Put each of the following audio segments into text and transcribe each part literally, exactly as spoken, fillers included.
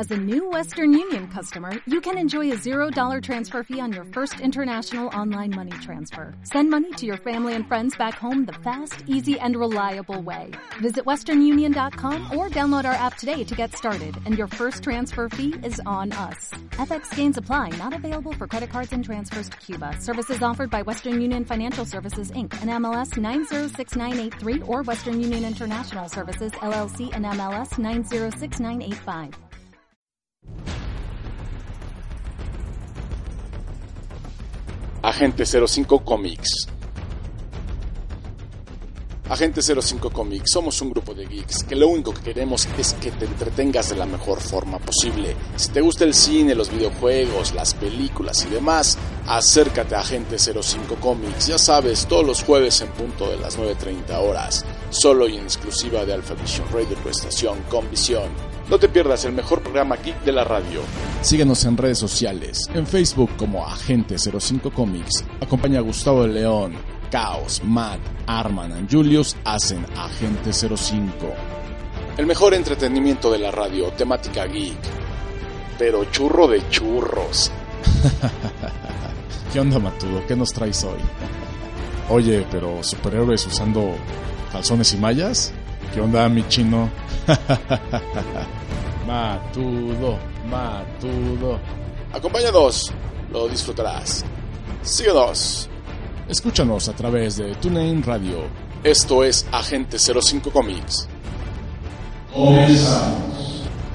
As a new Western Union customer, you can enjoy a zero dollar transfer fee on your first international online money transfer. Send money to your family and friends back home the fast, easy, and reliable way. Visit western union dot com or download our app today to get started, and your first transfer fee is on us. F X gains apply, not available for credit cards and transfers to Cuba. Services offered by Western Union Financial Services, Incorporated, and M L S nine zero six nine eight three or Western Union International Services, L L C, and M L S nine zero six nine eight five. Agente cero cinco Comics. Agente cero cinco Comics, somos un grupo de geeks que lo único que queremos es que te entretengas de la mejor forma posible. Si te gusta el cine, los videojuegos, las películas y demás, acércate a Agente cero cinco Comics, ya sabes, todos los jueves en punto de las nueve treinta horas, solo y en exclusiva de Alpha Vision Radio, tu estación con visión. No te pierdas el mejor programa geek de la radio. Síguenos en redes sociales, en Facebook como Agente cero cinco Comics. Acompaña a Gustavo de León, Caos, Matt, Arman y Julius hacen Agente cero cinco. El mejor entretenimiento de la radio, temática geek, pero churro de churros. ¿Qué onda, Matudo? ¿Qué nos traes hoy? Oye, pero superhéroes usando calzones y mallas. ¿Qué onda, mi chino? Matudo, Matudo. Acompáñanos, lo disfrutarás. Síguenos. Escúchanos a través de TuneIn Radio. Esto es Agente cero cinco Comics. Comenzamos.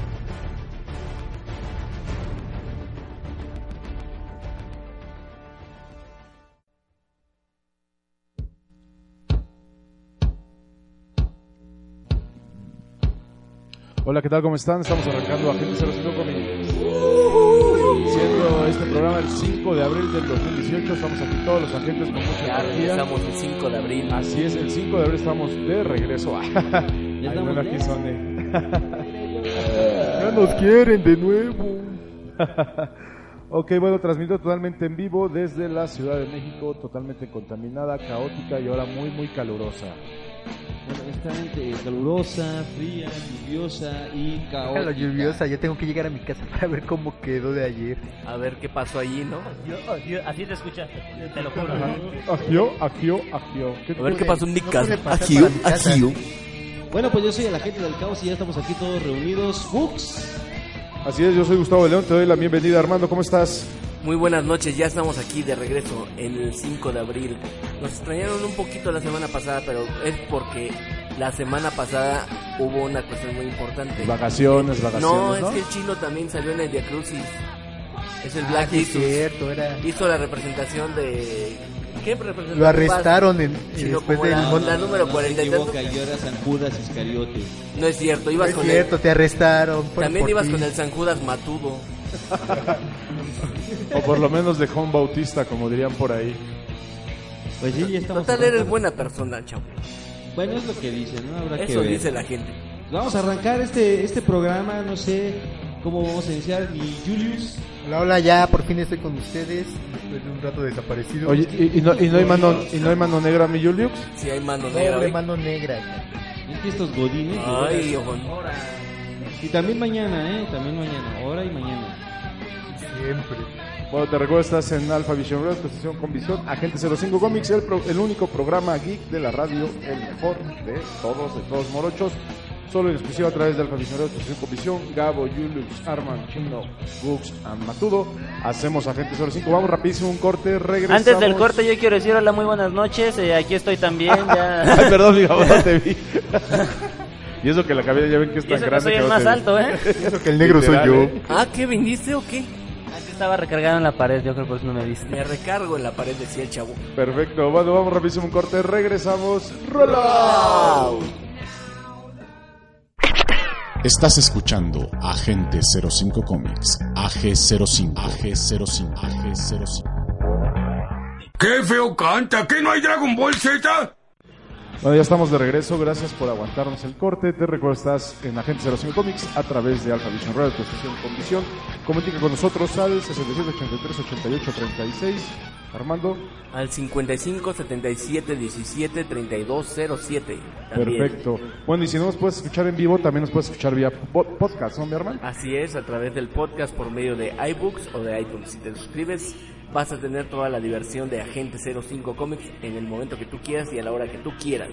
Hola, ¿qué tal? ¿Cómo están? Estamos arrancando Agente cero cinco Comics. Siendo este programa el cinco de abril del dos mil dieciocho, estamos aquí todos los agentes con mucha ya energía. Estamos el cinco de abril. Así es, el cinco de abril estamos de regreso. Ya estamos aquí, Sone. Ya nos quieren de nuevo. Ok, bueno, transmito totalmente en vivo desde la Ciudad de México, totalmente contaminada, caótica y ahora muy, muy calurosa. Bueno, está eh, calurosa, fría, lluviosa y caótica. La lluviosa, yo tengo que llegar a mi casa para ver cómo quedó de ayer. A ver qué pasó allí, ¿no? Así te escucha, te lo juro. Agió, agió, agió. A ver qué pasó en mi casa. Agió, agió. Bueno, pues yo soy el agente del caos y ya estamos aquí todos reunidos. Books. Así es, yo soy Gustavo de León, te doy la bienvenida. Armando, ¿cómo estás? Muy buenas noches, ya estamos aquí de regreso el cinco de abril. Nos extrañaron un poquito la semana pasada, pero es porque la semana pasada hubo una cuestión muy importante. Vacaciones, vacaciones, No, ¿no? es que el chino también salió en el Via Crucis. Es el Ah, Black sí, Jesus. cierto, era... Hizo la representación de... ¿Qué representación? Lo arrestaron en, Chino, después como del... la, mon- la número cuarenta y No se tanto. equivoca, yo era San Judas Iscariote. No es cierto, ibas No es con cierto, el... te arrestaron. por- También por ibas ti. con el San Judas Matudo. O por lo menos de Juan Bautista, como dirían por ahí. Pues sí, ya estamos. Total, eres buena persona, chavo. Bueno, es lo que dicen, ¿no? Habrá que Eso ver. dice la gente. Vamos a arrancar este este programa, no sé cómo vamos a iniciar. Mi Julius. Hola, hola, ya por fin estoy con ustedes después de un rato desaparecido. Oye, ¿y, y, no, y, no, hay mano, ¿y no hay mano negra, mi Julius? Si hay mano negra. doble hoy. mano negra. Es que estos godines. Ay, de ojo. veras. Y también mañana, ¿eh? También mañana. Ahora y mañana. Siempre. Bueno, te recuerdo, estás en Alpha Vision Radio, tu estación con visión, Agente cero cinco Comics, el, pro, el único programa geek de la radio, el mejor de todos, de todos morochos, solo en exclusiva a través de Alpha Vision Radio, tu estación con visión. Gabo, Julius, Arman, Chino, Books, and Matudo. Hacemos Agente cero cinco, vamos rapidísimo, un corte, regresamos. Antes del corte yo quiero decir hola, muy buenas noches, eh, aquí estoy también. Ya. Ay, perdón, mi Gabo, no te vi. Y eso que la cabeza ya ven que es Y tan eso que grande soy que el no más te vi. alto, ¿eh? Eso que el negro soy Literal, yo. ¿eh? Ah, ¿qué viniste o qué? Antes estaba recargado en la pared, yo creo que por eso no me viste. Me recargo en la pared, decía el chavo. Perfecto, bueno, vamos rapidísimo, un corte, regresamos. ¡Roll out! Estás escuchando Agente cero cinco Comics. A G cero cinco. A G cero cinco. A G cero cinco. ¡Qué feo canta! ¿Qué no hay Dragon Ball Z? Bueno, ya estamos de regreso, gracias por aguantarnos el corte. Te recuerdo, estás en Agente cero cinco Comics a través de Alpha Vision Radio, tu estación con visión. Comunica con nosotros al sesenta y siete, ochenta y tres, ochenta y ocho, treinta y seis. Armando. Al cincuenta y cinco, setenta y siete, diecisiete, treinta y dos, cero siete. También. Perfecto. Bueno, y si no nos puedes escuchar en vivo, también nos puedes escuchar vía po- podcast, ¿no, mi hermano? Así es, a través del podcast por medio de iBooks o de iTunes. Si te suscribes, vas a tener toda la diversión de Agente cero cinco Comics en el momento que tú quieras y a la hora que tú quieras.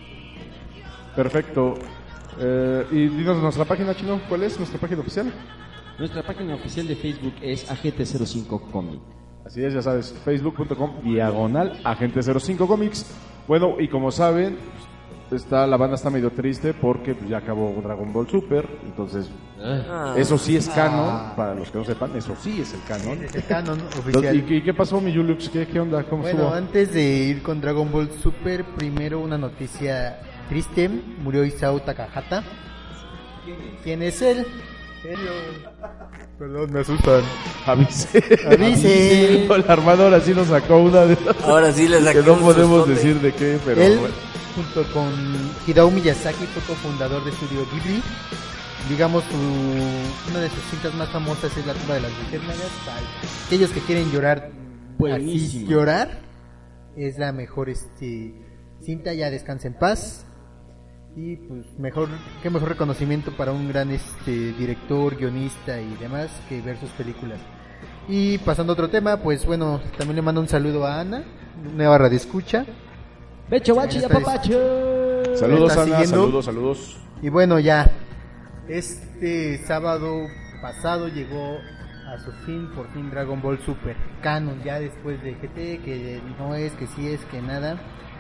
Perfecto. Eh, y dinos nuestra página, Chino, ¿cuál es nuestra página oficial? Nuestra página oficial de Facebook es Agente cero cinco Comic. Así es, ya sabes, facebook punto com diagonal Agente cero cinco Comics. Bueno, y como saben, está, la banda está medio triste porque pues, ya acabó Dragon Ball Super, entonces Ah. eso sí es canon, para los que no sepan, eso sí es el canon. Es el canon oficial. ¿Y, y qué pasó, mi Yulux? ¿Qué, qué onda? ¿Cómo Bueno, estuvo? antes de ir con Dragon Ball Super, primero una noticia triste. Murió Isao Takahata. ¿Quién es él? Él Perdón, me asustan. Avise. Avise. El armador así nos sacó una de las Ahora sí les saqué que no un podemos sustote. decir de qué, pero Él, bueno. junto con Hideo Miyazaki, fue cofundador de Estudio Ghibli. Digamos, su, una de sus cintas más famosas es La tumba de las luciérnagas. Para aquellos que quieren llorar, Buenísimo. así llorar, es la mejor este cinta. Ya descansa en paz. Y pues mejor, qué mejor reconocimiento para un gran este director, guionista y demás que ver sus películas. Y pasando a otro tema, pues bueno, también le mando un saludo a Ana, nueva radioescucha. Becho, bacho y Esta es- apapacho. Saludos, está Ana, siguiendo. saludos, saludos. Y bueno, ya este sábado pasado llegó a su fin, por fin, Dragon Ball Super Canon, ya después de G T, que no es, que sí es, que nada.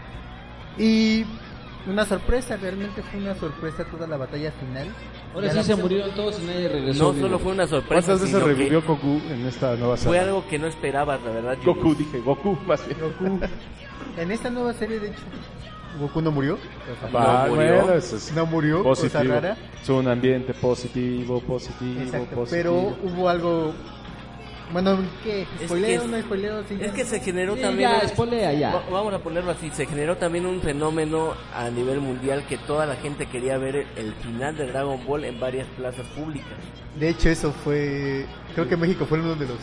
Y una sorpresa, realmente fue una sorpresa toda la batalla final. Ahora Ya sí la- se murieron todos y nadie regresó. No amigo. solo fue una sorpresa, ¿Cuántas veces sino que revivió Goku en esta nueva fue serie? algo que no esperabas, la verdad. Goku, Julius. dije, Goku, más bien. Goku. En esta nueva serie, de hecho, Goku no murió. Va, No murió. bueno, eso es No murió, cosa positivo. rara. Es un ambiente positivo, positivo, Exacto, positivo. pero hubo algo. Bueno, ¿qué? Es ¿Spoileo? que es- ¿No spoileo? Sí, Es ya. que se generó Sí, también... ya, espolea ya. Va- Vamos a ponerlo así, se generó también un fenómeno a nivel mundial que toda la gente quería ver el final de Dragon Ball en varias plazas públicas. De hecho, eso fue. Creo que México fue uno de los.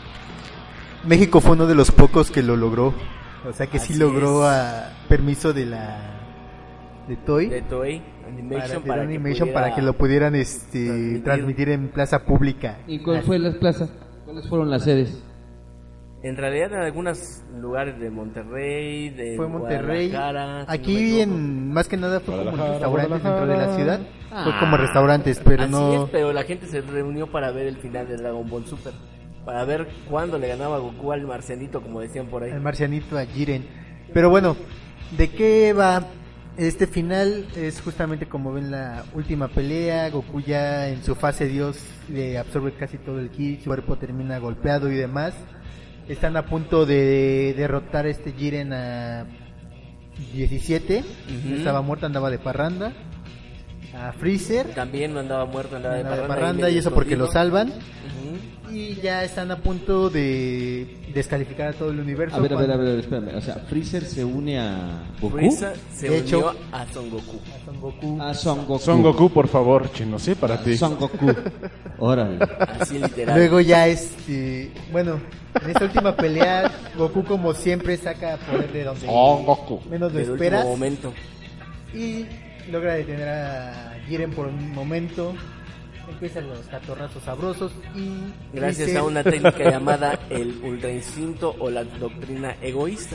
México fue uno de los pocos que lo logró. O sea que sí Así logró es. a permiso de la. De Toy. De Toei para, Animation de para, Animation que, para pudiera- que lo pudieran este, transmitir. transmitir. en plaza pública. ¿Y cuál fue la plaza? ¿Cuáles fueron las sedes? En realidad en algunos lugares de Monterrey, de Fue Monterrey. Guadalajara, si no Aquí me equivoco. en más que nada fue como Guadalajara, restaurantes dentro de la Guadalajara. ciudad. Fue como restaurantes, pero Así no. es, pero la gente se reunió para ver el final de Dragon Ball Super. Para ver cuándo le ganaba Goku al Marcianito, como decían por ahí. El marcianito a Jiren. Pero bueno, ¿de qué va? Este final es justamente como ven la última pelea. Goku ya en su fase Dios le absorbe casi todo el ki, su cuerpo termina golpeado y demás. Están a punto de derrotar a este Jiren a diecisiete. Ujú. Estaba muerto, andaba de parranda. A Freezer. También no andaba muerto, andaba de andaba de parranda, parranda ahí y medio eso porque lo escondido. salvan. Ujú. Y ya están a punto de descalificar a todo el universo. A ver, a ver, a cuando- ver, espérame. O sea, Freezer se une a Goku. Frieza se De unió hecho- a Son Goku. a Son Goku. A Son Goku. Son Goku, por favor, Chino, sí, para A ti. Son Goku. Órale. Así literal. Luego ya este, bueno, en esta última pelea Goku como siempre saca poder de donde Son Goku. menos lo Del esperas último momento. y logra detener a Jiren por un momento. Empiezan los catorrazos sabrosos y Gracias Freezer- a una técnica llamada el ultra instinto o la doctrina egoísta.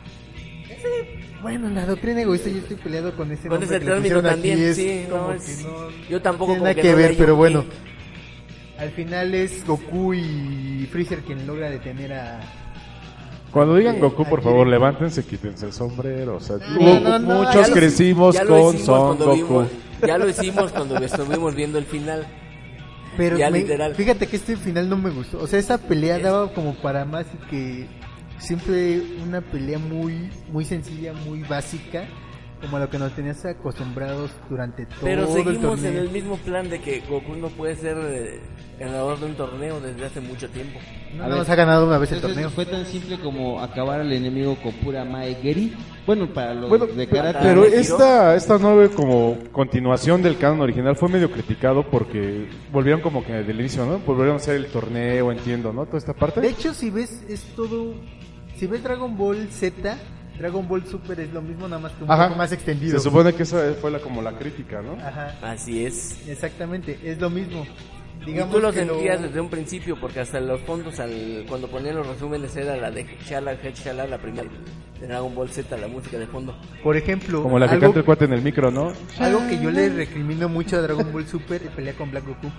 Bueno, la doctrina egoísta yo estoy peleado con ese Con nombre ese que le término pusieron también, aquí, es sí, como no, que es- no yo tampoco tiene como nada que que no le ver, hallo pero qué. bueno. Al final es Goku y Freezer quien logra detener a Cuando digan Goku, por a favor, Jiren. levántense, quítense el sombrero. O sea, No, hubo- no, no, muchos ya lo- crecimos Ya lo con hicimos Son cuando Goku. vimos- Ya lo hicimos cuando estuvimos viendo el final. Pero Ya me- literal. fíjate que este final no me gustó. O sea, esa pelea daba como para más y que siempre una pelea muy muy sencilla, muy básica, como a lo que nos tenías acostumbrados durante todo Pero el seguimos torneo. en el mismo plan de que Goku no puede ser eh, ganador de un torneo desde hace mucho tiempo. No, no nos ha ganado una vez el Entonces, torneo. fue tan simple como acabar al enemigo con pura Mae Geri. Bueno, para los Bueno, de pero, karate. pero Giro. esta, esta nueva como continuación del canon original fue medio criticado porque volvieron como que del inicio, ¿no? Volvieron a hacer el torneo, entiendo, ¿no? Toda esta parte. De hecho, si ves, es todo... Si ves Dragon Ball Z, Dragon Ball Super es lo mismo, nada más que un Ajá. poco más extendido. Se supone que esa fue la, como la crítica, ¿no? Ajá, Así es. exactamente, es lo mismo. Y Digamos tú lo que sentías desde un principio, porque hasta los fondos, al, cuando ponían los resúmenes, era la de Shala, Head Shala, la primera de Dragon Ball Z, la música de fondo. Por ejemplo, Como la que algo, canta el cuate en el micro, ¿no? algo que yo le recrimino mucho a Dragon Ball Super es pelea con Black Goku.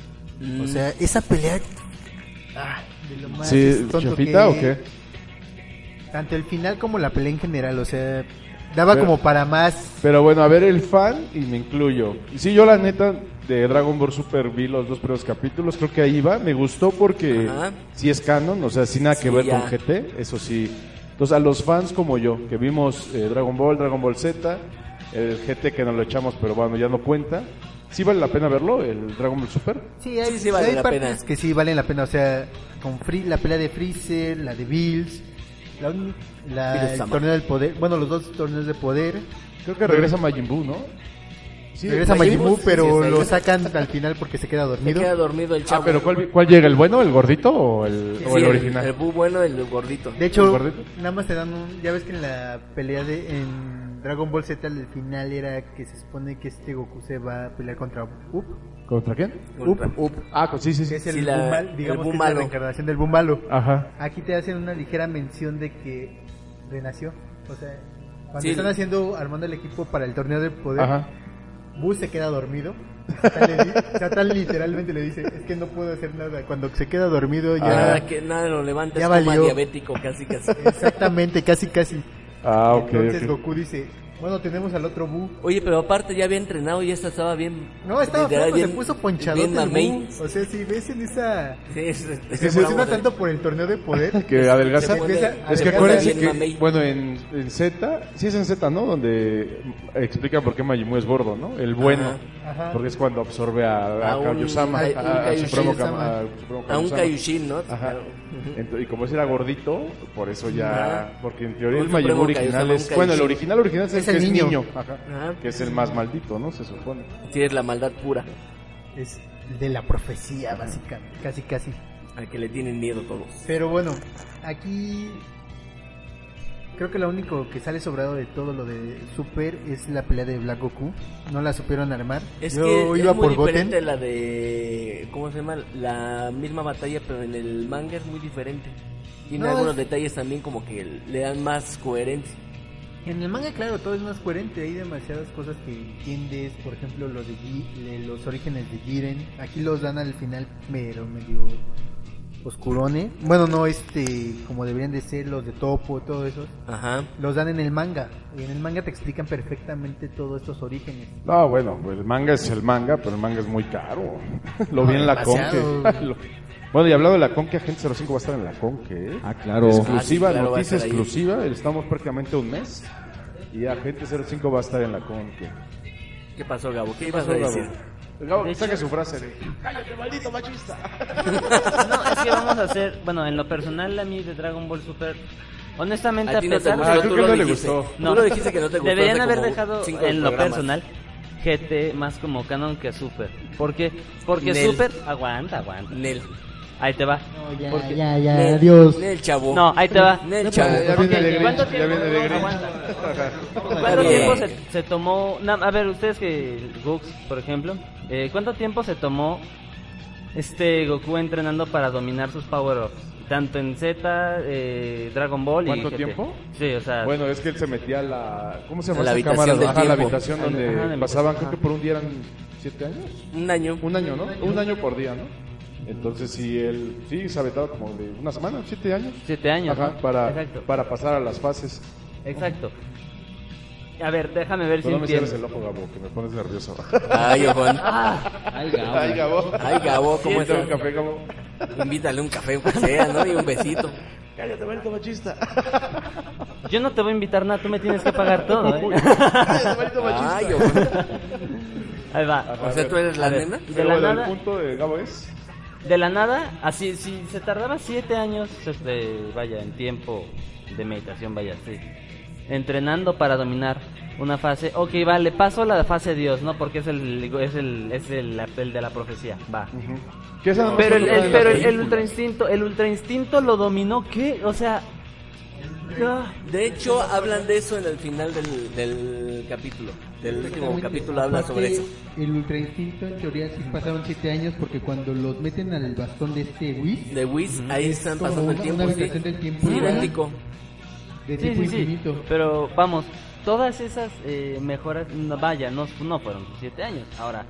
O sea, esa pelea... Ah, de lo más Sí, tonto ¿chafita que- o qué? Tanto el final como la pelea en general, o sea, daba Pero- como para más. Pero bueno, a ver, el fan, y me incluyo. Y sí, yo la neta de Dragon Ball Super vi los dos primeros capítulos, creo que ahí va. Me gustó porque Ajá. sí es canon, o sea, sin nada que Sí, ver ya. con G T, eso sí. Entonces, a los fans como yo, que vimos eh, Dragon Ball, Dragon Ball Z, el G T que nos lo echamos, pero bueno, ya no cuenta. ¿Sí vale la pena verlo, el Dragon Ball Super? Sí, hay, Sí, sí vale hay la partes pena. que sí valen la pena, o sea, con Free, la pelea de Freezer, la de Bills, la, un- la- Bills el Sama. torneo del poder, bueno, los dos torneos de poder. Creo que regresa Majin Buu, ¿no? Sí, Regresa Majin Majin Buu, Buu, sí, pero sí, está lo ahí. sacan al final porque se queda Se dormido. queda dormido el Ah, chavo. pero ¿cuál, ¿cuál llega? ¿El bueno, el gordito o el, Sí, o el el- original? El Bu bueno, el gordito. De hecho, ¿El gordito? nada más te dan un... Ya ves que en la pelea de en Dragon Ball Z el final era que se supone que este Goku se va a pelear contra Up, ¿Contra quién? Contra- Up, Ah, con- sí, sí, que sí. es el Sí, la- Bumal, el digamos que es Bumalo. la reencarnación del Bumbalo. Ajá. Aquí te hacen una ligera mención de que renació. O sea, cuando Sí. están haciendo, armando el equipo para el torneo del poder, Ajá. Buu se queda dormido. Satán le di- Satán literalmente le dice, es que no puedo hacer nada. Cuando se queda dormido ya... Nada, que nada lo levanta, Ya es coma valió. diabético, casi, casi. Exactamente, casi casi. Ah, ok, Entonces ok. Goku dice, bueno, tenemos al otro Buu. Oye, pero aparte ya había entrenado y esta estaba bien. No, estaba literal, flaco, se bien- puso ponchado bien el mamey. Buu. O sea, si ves en esa... Sí, es- es- Se es emociona bravo, tanto por el torneo de poder. Que adelgaza. se pone- Es que adelgaza acuérdense bien que, mamey. bueno, en, en Z, sí es en Z, ¿no? Donde explica por qué Majin Buu es gordo, ¿no? El bueno. Ajá. Porque es cuando absorbe a, a, A un- Kaiosama, a- a- un al Kaioshin Supremo, sama. Kama- al Supremo A un Kaiosama. Kaioshin, ¿no? Ajá. Claro. Ent- y como ese era gordito, por eso ya... Ajá. Porque en teoría Un el Majin Buu Supremo original Kaiosama, es... un Bueno, el Kaioshin. original original es, Es el el que es niño. niño. Ajá. Ajá. Que es el más maldito, ¿no? Se supone. Sí, es la maldad pura, Es de la profecía, básicamente. Casi, casi. al que le tienen miedo todos. Pero bueno, aquí... Creo que lo único que sale sobrado de todo lo de Super es la pelea de Black Goku. No la supieron armar. Es Yo que iba es muy por diferente Goten. la de... ¿Cómo se llama? La misma batalla, pero en el manga es muy diferente. Tiene No, algunos es- detalles también como que le dan más coherencia. En el manga, claro, todo es más coherente. Hay demasiadas cosas que entiendes. Por ejemplo, lo de, Gi- de los orígenes de Jiren. Aquí los dan al final, pero medio oscurones. Bueno, no este como deberían de ser los de Topo, todo eso. Ajá. Los dan en el manga. Y en el manga te explican perfectamente todos estos orígenes. No, bueno, pues el manga es el manga, pero el manga es muy caro. Lo vi en la demasiado. Conque. Lo- Bueno, y hablando de la Conque, Agente cero cinco va a estar en la Conque. ¿eh? Ah, claro. Exclusiva, Ah, sí, claro, va a noticia estar ahí. exclusiva. Estamos prácticamente un mes. Y Agente cero cinco va a estar en la Conque. ¿Qué pasó, Gabo? ¿Qué ¿Qué ibas pasó, a Gabo? decir? Gabo, saque su frase de ¡cállate, maldito machista! No, es que vamos a hacer, bueno, en lo personal a mí de Dragon Ball Super, honestamente A a ti no te pesar gustó, Ah, tú creo que lo no le dijiste. gustó. Tú lo dijiste que no te gustó. deberían hace haber como dejado cinco en lo programas. personal G T más como canon que Super. ¿Por qué? Porque Nel. Super, aguanta, aguanta. Nel. Ahí te va. No, ya, Porque- ya, ya, Nel, adiós. Nel, chavo. No, ahí te va. Nel, chavo. Ya viene de ¿Cuánto Grinch, ya tiempo? viene de Grinch. Aguanta. Ajá. ¿Cuánto bien. tiempo se, se tomó? na- a ver, ustedes que Gux, por ejemplo, eh, ¿cuánto tiempo se tomó este Goku entrenando para dominar sus power-ups? Tanto en Z, eh, Dragon Ball y ¿Cuánto G T. tiempo? Sí, o sea, Bueno, es que él se metía a la... ¿Cómo se llama A la esa habitación cámara? del Ajá, la tiempo. habitación Ajá, donde la pasaban, habitación. creo que por un día eran siete años. Un año. Un año, ¿no? Un año por día, ¿no? Entonces sí, él sí se aventaba como de una semana, siete años. siete años. Ajá, ¿no? para, Exacto. para pasar a las fases. Exacto. A ver, déjame ver Pero si no me entiendo. cierres el ojo, Gabo, que me pones nervioso. Ay, Juan. Ay, Gabo. Ay, Gabo. Ay, Gabo, ¿cómo Invítame estás? un café, Gabo. Invítale un café, aunque sea, ¿no? Y un besito. Cállate, maldito machista. Yo no te voy a invitar nada, tú me tienes que pagar todo, ¿eh? Cállate, maldito machista. Ay, Juan. Ahí va. O sea, tú eres la A ver, nena. de Pero la bueno, nada, el punto de Gabo es... de la nada, así, si se tardaba siete años, este, vaya, en tiempo de meditación, vaya, sí, entrenando para dominar una fase, ok, vale, paso a la fase Dios, ¿no? Porque es el es el es el, el de la profecía, va. Uh-huh. ¿Qué es eso? Pero el, el pero el, el ultra instinto, el ultra instinto lo dominó, ¿qué? O sea, de hecho hablan de eso en el final del, del capítulo, del último capítulo habla Aparte, sobre eso. El ultra instinto en teoría sí pasaron siete años porque cuando los meten al bastón de este Whis, De Whis, uh-huh. ahí están como pasando el una- tiempo, una sí. habitación del tiempo Sí, igual. idéntico. de sí, tipo sí, sí, infinito. pero vamos, todas esas eh, mejoras, no, vaya, no, no fueron siete años. Ahora,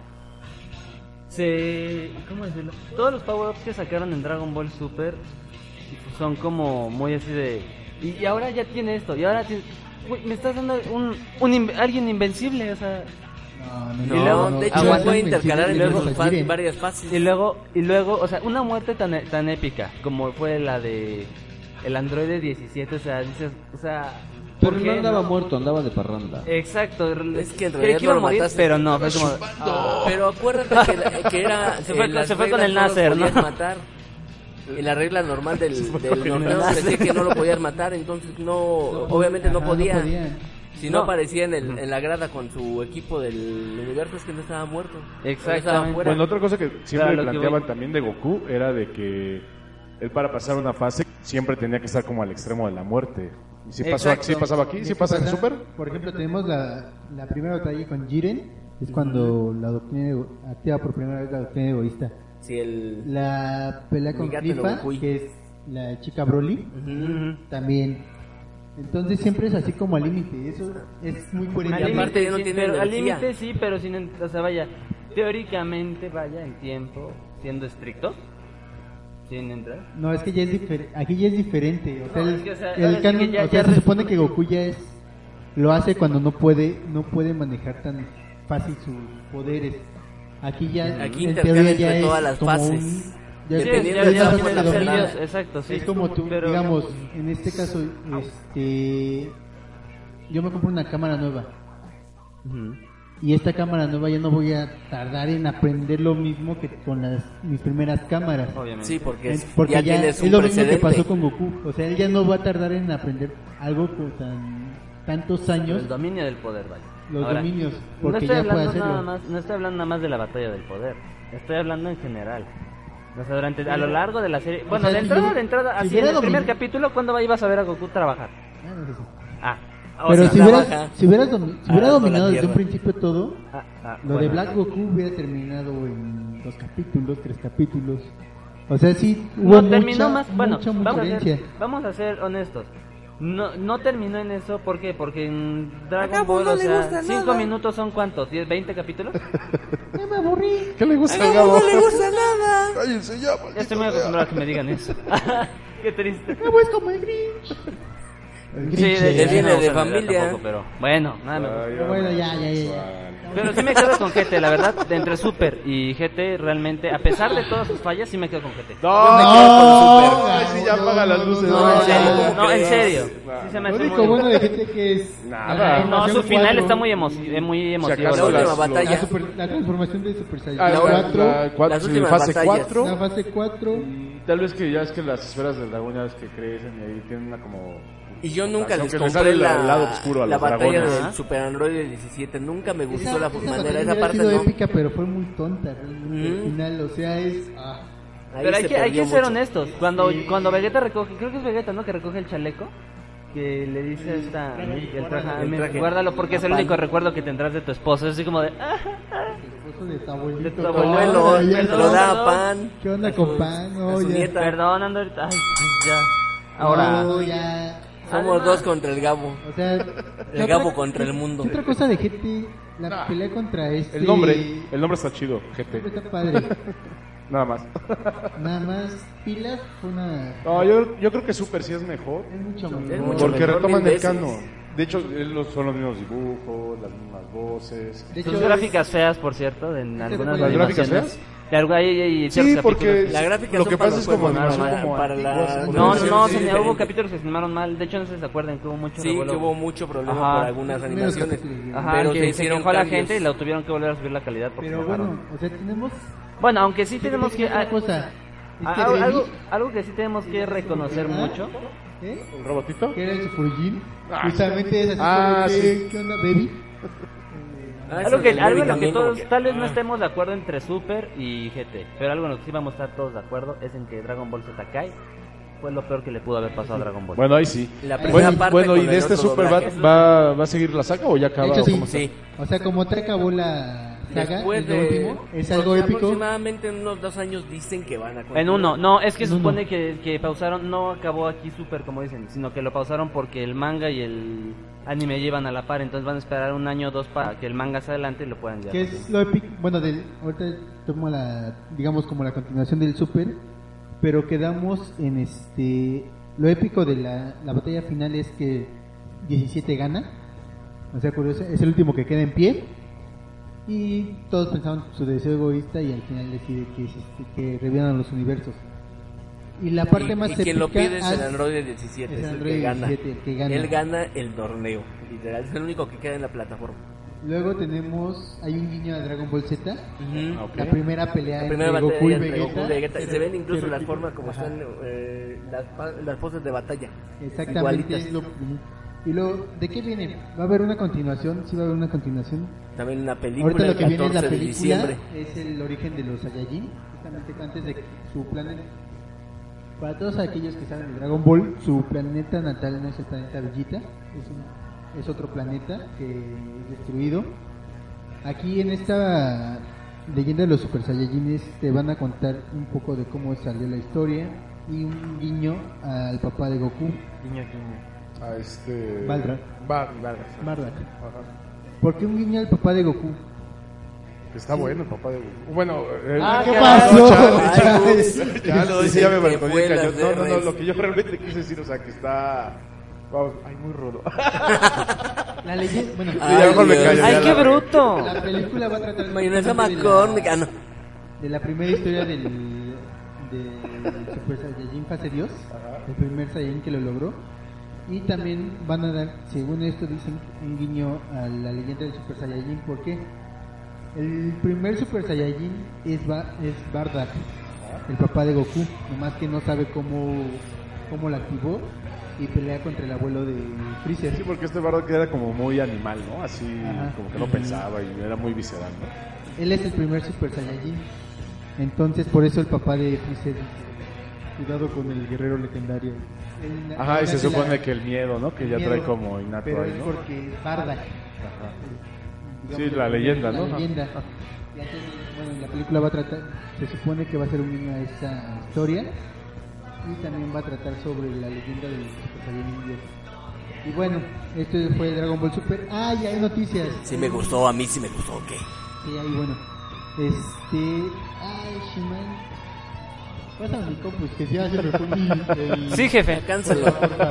se, ¿cómo decirlo? Todos los power-ups que sacaron en Dragon Ball Super son como muy así de, y, y ahora ya tiene esto, y ahora tiene, uy, me estás dando un, un in- alguien invencible, o sea, No, No, Y luego, de hecho aguanta- puede intercalar en y luego sus se fa- giren. varias fases. y luego, y luego, o sea, una muerte tan, tan épica como fue la de el androide diecisiete, o sea, dices, o sea, Pero ¿por no qué andaba no? muerto, andaba de parranda. Exacto, Es que en creí realidad que iba no a lo morir, mataste. pero no, fue como, Ah, pero acuérdate que, la- que era Se fue- en las se fue con reglas el no los Nasser, ¿no? podías matar. En la regla normal del, del norteo decía que no lo podías matar, entonces no, obviamente no Ajá, podía. podían. Si no, No. aparecía en, el, en la grada con su equipo del universo es que no estaba muerto. Exactamente. Estaba fuera. Bueno, otra cosa que siempre Claro, lo que planteaban voy. también de Goku era de que él para pasar una fase siempre tenía que estar como al extremo de la muerte. ¿Y si pasó, Exacto. sí pasaba aquí? ¿Sí ¿Qué pasa en pasa? Super? Por ejemplo, tenemos la, la primera batalla con Jiren, es cuando la doctrina ego- activa por primera vez la doctrina egoísta. Si el... La pelea con Migate no Clifa, Gokui. que es la chica Broly, Ujú. también. Entonces siempre es así como al límite, eso es muy coherente. Y Al aparte límite ya no sí, tiene pero al energía. límite sí, pero sin, en- o sea, vaya, teóricamente, vaya, en tiempo, siendo estricto, sin entrar. No, es que ya es diferente, aquí ya es diferente, o sea, No, el, es que, o sea, el ahora sí canon- que ya- o sea, ya se re- supone que Goku ya es, lo hace cuando no puede, no puede manejar tan fácil sus poderes. Aquí ya, Aquí en intercala teoría entre ya es todas las como fases. un- ya es- Dependiendo ya de es la una fuerza fuerza de dominada. Dios, exacto, sí. Es como tú, pero- digamos, en este caso, este, yo me compro una cámara nueva. Ujú. Y esta cámara nueva ya no voy a tardar en aprender lo mismo que con las mis primeras cámaras. Obviamente. Sí, porque, Eh, es- Porque ya, ya, tienes es un lo mismo que precedente. pasó con Goku. O sea, él ya no va a tardar en aprender algo con tan, tantos años, El dominio del poder, vaya. los Ahora, dominios, no porque estoy ya puede hablando nada hacerlo. más, no estoy hablando nada más de la batalla del poder. Estoy hablando en general. O sea, durante, a lo largo de la serie. Bueno, sea, de si entrada, hubiera- de entrada, si así en hubiera el primer domin- capítulo, ¿cuándo ibas a ver a Goku trabajar? Ah, no sé si- Ah. o Pero sea, si trabaja hubieras, si hubieras, domi- si hubiera arando la dominado desde un tierra. principio todo, ah, ah, lo de bueno. Black Goku hubiera terminado en dos capítulos, tres capítulos. O sea, sí hubo No mucha, terminó más. Bueno, mucha, mucha vamos, a coherencia. ser, vamos a ser honestos. No, no terminó en eso, ¿por qué? Porque en Dragon Acá, pues, Ball, no o le sea, gusta cinco nada. minutos son ¿cuántos? ¿diez, veinte capítulos? Ya me aburrí. ¿Qué le gusta Ay, a Gabo? no le gusta nada. Cállense ya, Ya estoy muy acostumbrado a que me digan eso. Qué triste. Gabo es como el Grinch. El Sí, Grinch, de, eh. Él viene no, de o sea, familia. tampoco, pero bueno, nada me gusta. Pero bueno, ya, ya, ya. Pero sí me quedo con G T, la verdad, de entre Super y G T realmente, a pesar de todas sus fallas, sí me quedo con G T. No, No, ay, sí, ya no, apaga las no, luces. no, No, en no, serio, no, no, en crees. serio. No. Sí se me Lo hace único muy... bueno de gente que es Nada. Ay, no, su transformación final cuatro. está muy, emo eh, muy emotivo. acaso La última las- batalla. La, super- la transformación de Super Saiyan Ah, la, cuatro, la cuatro, Las sí, últimas fase batallas. cuatro. la fase cuatro. Y tal vez que ya es que las esferas del dragón ya es que crecen y ahí tienen una como... Y yo nunca les Aunque le compré sale la, el lado oscuro a la los batalla dragones. del Super Android diecisiete. Nunca me gustó Esa, la esa manera. batalla Esa hubiera parte sido no. épica, pero fue muy tonta realmente. Ujú. Al final, o sea, es... ah, Ahí Pero hay se que, hay perdió que ser mucho. honestos. Cuando, Sí. cuando Vegeta recoge, creo que es Vegeta, ¿no? Que recoge el chaleco. Que le dice a esta... El traje, El "Mí, traje. guárdalo porque es el Apal. único recuerdo que tendrás de tu esposo. Es así como de... "Ah, el esposo de tu abuelito. De tu Tu abuelo, abuelo ya se perdón, lo da a perdón. pan. ¿Qué onda a con su- pan? No, a su ya. nieta. Perdón, ando ahorita... Ay, pues ya. Ahora... No, ya. Somos Además- dos contra el Gabo. O sea, El Gabo contra el mundo. Otra cosa de G T, la pelea contra este... El nombre, el nombre está chido, G T. Está padre. Nada más. Nada más, Pilas fue una... No, yo, yo creo que Super sí es mejor. Es mucho Es mejor. mucho Porque mejor, retoman mil el veces. canon. De hecho, es los- son los mismos dibujos, las mismas voces. De Sus hecho, gráficas feas, por cierto, en algunas ¿Las gráficas animaciones. feas? De algo, hay, hay Sí, ciertos porque capítulos. La gráfica lo son que para pasa los es como juegos, animación para- como para antiguas, la- como No, no, versiones no, sí, se- diferente. hubo capítulos que se animaron mal. De hecho, no sé si se acuerdan que hubo mucho Sí, revuelo. que hubo mucho problema Ajá. por algunas Los primeros animaciones. capítulos. Ajá, pero que se se hicieron quejó la cambios. gente y la tuvieron que volver a subir la calidad porque Pero se bajaron. bueno, o sea, tenemos... Bueno, aunque sí tenemos que... Una cosa, Este Ah, Baby, algo, algo que sí tenemos que reconocer mucho. ¿eh? ¿El robotito? Que era el Supergin. Ah, Justamente es así Ah, como que, sí. ¿qué onda, baby? Ah, Algo, eso que, del algo Baby en lo que también todos como que- tal vez no ah. estemos de acuerdo entre Super y G T, pero algo en lo que sí vamos a estar todos de acuerdo es en que Dragon Ball Z Kai fue lo peor que le pudo haber pasado a Dragon Ball. Bueno, ahí sí. La primera Bueno, parte bueno, con ¿y de el este otro Super va, doblaje. va, va a seguir la saga o ya acaba? De hecho, o sí. cómo está? Sí. O sea, como te acabó la saga, Después es lo de último, es algo épico. aproximadamente en unos dos años dicen que van a En continuar. uno, no, es que En se supone uno. que, que pausaron, no acabó aquí Super como dicen, sino que lo pausaron porque el manga y el anime llevan a la par, entonces van a esperar un año o dos para que el manga se adelante y lo puedan llevar. Que es lo épico, bueno, del, ahorita tomo la, digamos como la continuación del Super, pero quedamos en este, lo épico de la, la batalla final es que diecisiete gana, o sea, curioso, es el último que queda en pie, y todos pensaban su deseo egoísta y al final decide que, es este, que revivan los universos. Y la parte y, más y épica... quien lo pide es el ah, Android diecisiete, es es, el el, Android que gana. diecisiete, el que gana. Él gana el torneo, literal, es el único que queda en la plataforma. Luego tenemos, hay un guiño a Dragon Ball Z, Ujú. Ok. la primera pelea La primera entre batalla Goku y entre Vegeta. Goku y Vegeta, y se ven incluso Se las repite. formas como Ajá. están eh, las, pa- las poses de batalla. Exactamente. Igualitas. Es lo, y luego, ¿de qué viene? ¿Va a haber una continuación? Sí va a haber una continuación. También una película Ahorita lo el que viene en la catorce de película diciembre. es el origen de los Saiyajin, justamente antes de que su planeta. Para todos aquellos que saben de Dragon Ball, su planeta natal no es el planeta Vegeta, es, un- es otro planeta que es destruido. Aquí en esta leyenda de los Super Saiyajines te van a contar un poco de cómo salió la historia y un guiño al papá de Goku, Guiño, guiño. A este... Balrog. Bar- Balrog. Bardock. Ajá. ¿Por qué un guiño al papá de Goku? Está bueno el papá de Goku. Bueno, eh, Ah, ¿qué ¿qué pasó? pasó? Chale, Chale. chale, sí, ya me Que balconé fue el las cañón. No, no, no, R's. lo que yo realmente quise decir, o sea, que está... Vamos, ay, muy rudo. La leyenda, bueno, Sí, ya mejor me Dios. callo, ¡Ay, ya qué la- bruto! la película va a tratar Mayonesa justamente de McCormick, la- ah, no. de la primera historia del, del Super Saiyajin Fase Dios, el primer Saiyajin que lo logró. Y también van a dar, según esto dicen, un guiño a la leyenda del Super Saiyajin. ¿Por qué? El primer Super Saiyajin es, ba es Bardock, el papá de Goku, nomás que no sabe cómo, cómo la activó y pelea contra el abuelo de Freezer. Sí, porque este Bardock era como muy animal, ¿no? Así, Ajá. como que no pensaba y era muy visceral, ¿no? Él es el primer Super Saiyajin. Entonces, por eso el papá de Freezer dice, cuidado con el guerrero legendario. Él- Ajá, y se hace la- supone que el miedo, ¿no? Que el ya miedo, trae como innato pero ahí, es ¿no? porque es Bardock. Ajá. Digamos, Sí, la leyenda, la ¿no? leyenda. Ajá. Y entonces, bueno, la película va a tratar, se supone que va a ser un guiño a esa historia y también va a tratar sobre la leyenda del Super Saiyajin diez. Y bueno, esto fue Dragon Ball Super. Ah, ya hay noticias. Sí me gustó, a mí sí me gustó, ¿qué? Sí, ahí bueno. Este. Ay, Shiman. Pásame mi compus, que ya se me fue mi- el- Sí, jefe. Alcánzalo.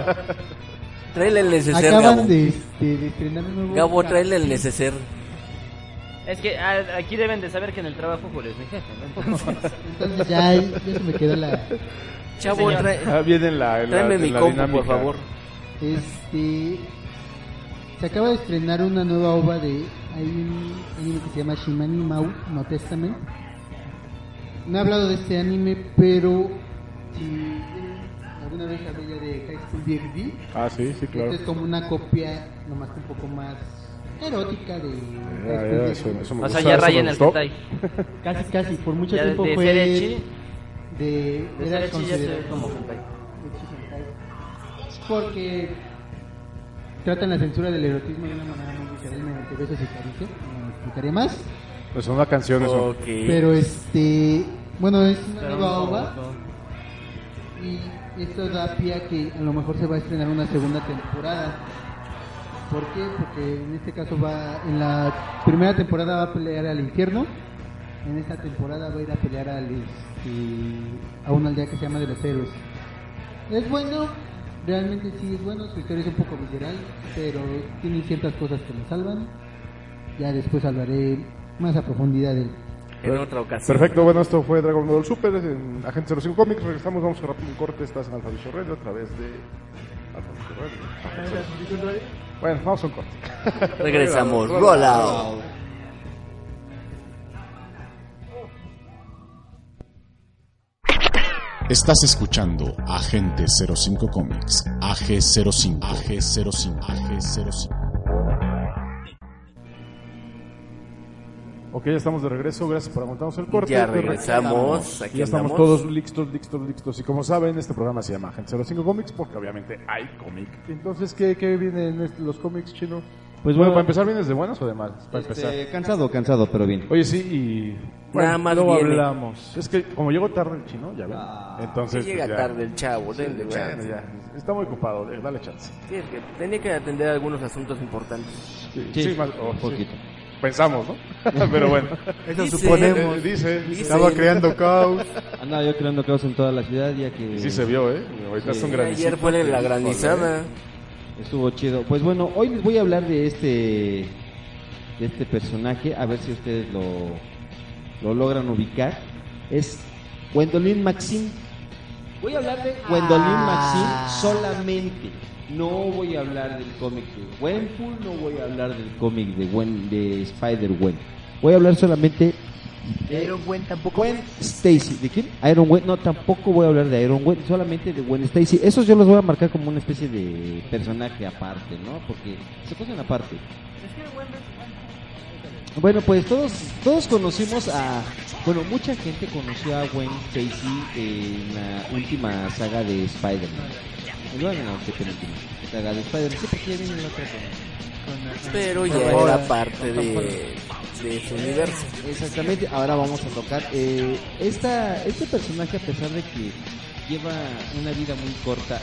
Tráele el neceser, Acaban Gabo. de, este, de estrenar un nuevo. Gabo, tráele el neceser. Es que ah, aquí deben de saber que en el trabajo Julio es mi jefe, ¿no? Entonces, Entonces ya, ya se me quedó la. Chavo, señor. trae, Ah, viene en la, en la, tráeme en mi la compu, dinámica. por favor. Este. Se acaba de estrenar una nueva ova de. Hay un anime que se llama Shimani Mau No Testament. No he hablado de este anime, pero. Si alguna vez hablé ya de High School D X D. Ah, sí, sí, claro. Esto es como una copia, nomás que un poco más erótica de. Ya, High ya, School eso, D X D. eso me o gusta, sea, ya eso raya me en el gustó. hentai. Casi, casi. Por mucho Ya tiempo de fue. ser ecchi, de. de Era ser ecchi ya se ve considerado- como hentai. Porque tratan la censura del erotismo de una manera muy literal mediante besos y caricias. No explicaré más. Pues una canción, eso. Ok. Pero este. Bueno, es una Pero nueva no, ova. no. Y esto da pie a que a lo mejor se va a estrenar una segunda temporada. ¿Por qué? Porque en este caso va. En la primera temporada va a pelear al infierno. En esta temporada va a ir a pelear al, este, a una aldea que se llama de los héroes. Es bueno, realmente sí es bueno, su historia es un poco visceral, pero tiene ciertas cosas que lo salvan. Ya después hablaré más a profundidad de él. En otra ocasión. Perfecto, bueno, esto fue Dragon Ball Super en Agente cero cinco Comics. Regresamos, vamos a rápido un corte. Estás en Alfa Vision Radio a través de Alfa Vision Radio. Bueno, vamos a un corte. Regresamos. Roll out. Estás escuchando Agente cero cinco Comics, A G cero cinco, A G cero cinco, A G cero cinco. Ok, ya estamos de regreso, gracias por aguantarnos el corte. Ya regresamos, aquí ya estamos andamos. todos listos, listos, listos. Y como saben, este programa se llama Agente cero cinco Comics porque obviamente hay cómic. Entonces, ¿qué, qué vienen en este- los cómics, Chino? Pues Bueno, bueno, para empezar, ¿vienes de buenas o de malas? Para este, empezar. cansado, cansado, pero bien. Oye, sí, y... Bueno, Nada más luego viene. hablamos. Es que como llegó tarde el Chino, ya ven. Entonces, Que llega pues, ya- tarde el chavo, Sí, denle bueno, chance. ya. Está muy ocupado, eh, dale chance. Sí, es que tenía que atender algunos asuntos importantes. Sí, Sí, sí, más, oh, un sí. poquito. Pensamos, ¿no? Pero bueno. Eso Dice- suponemos. Eh, dice, Dice- Estaba creando caos. Andaba yo creando caos en toda la ciudad, ya que y sí se vio, ¿eh? Ahorita Sí. son Ayer grandísimos. fue la granizada. estuvo chido. Pues bueno, hoy les voy a hablar de este de este personaje, a ver si ustedes lo, lo logran ubicar. Es Gwendolyn Maxim. Voy a hablar de Gwendolyn Ah. Maxim solamente. No voy a hablar del cómic de Gwenpool, no voy a hablar del cómic de Gwen, de Spider-Gwen. Voy a hablar solamente de Iron Gwen tampoco. Gwen Stacy. ¿De quién? Iron Gwen. No, tampoco voy a hablar de Iron Gwen, solamente de Gwen Stacy. Esos yo los voy a marcar como una especie de personaje aparte, ¿no? Porque se ponen aparte. Bueno, pues todos todos conocimos a... Bueno, mucha gente conoció a Gwen Stacy en la última saga de Spider-Man. No, no, no, qué penúltima saga de Spider-Man. Sí, porque ya viene la otra con- Pero ya Ahora, era parte de, de su universo. Exactamente, ahora vamos a tocar eh, esta, este personaje, a pesar de que lleva una vida muy corta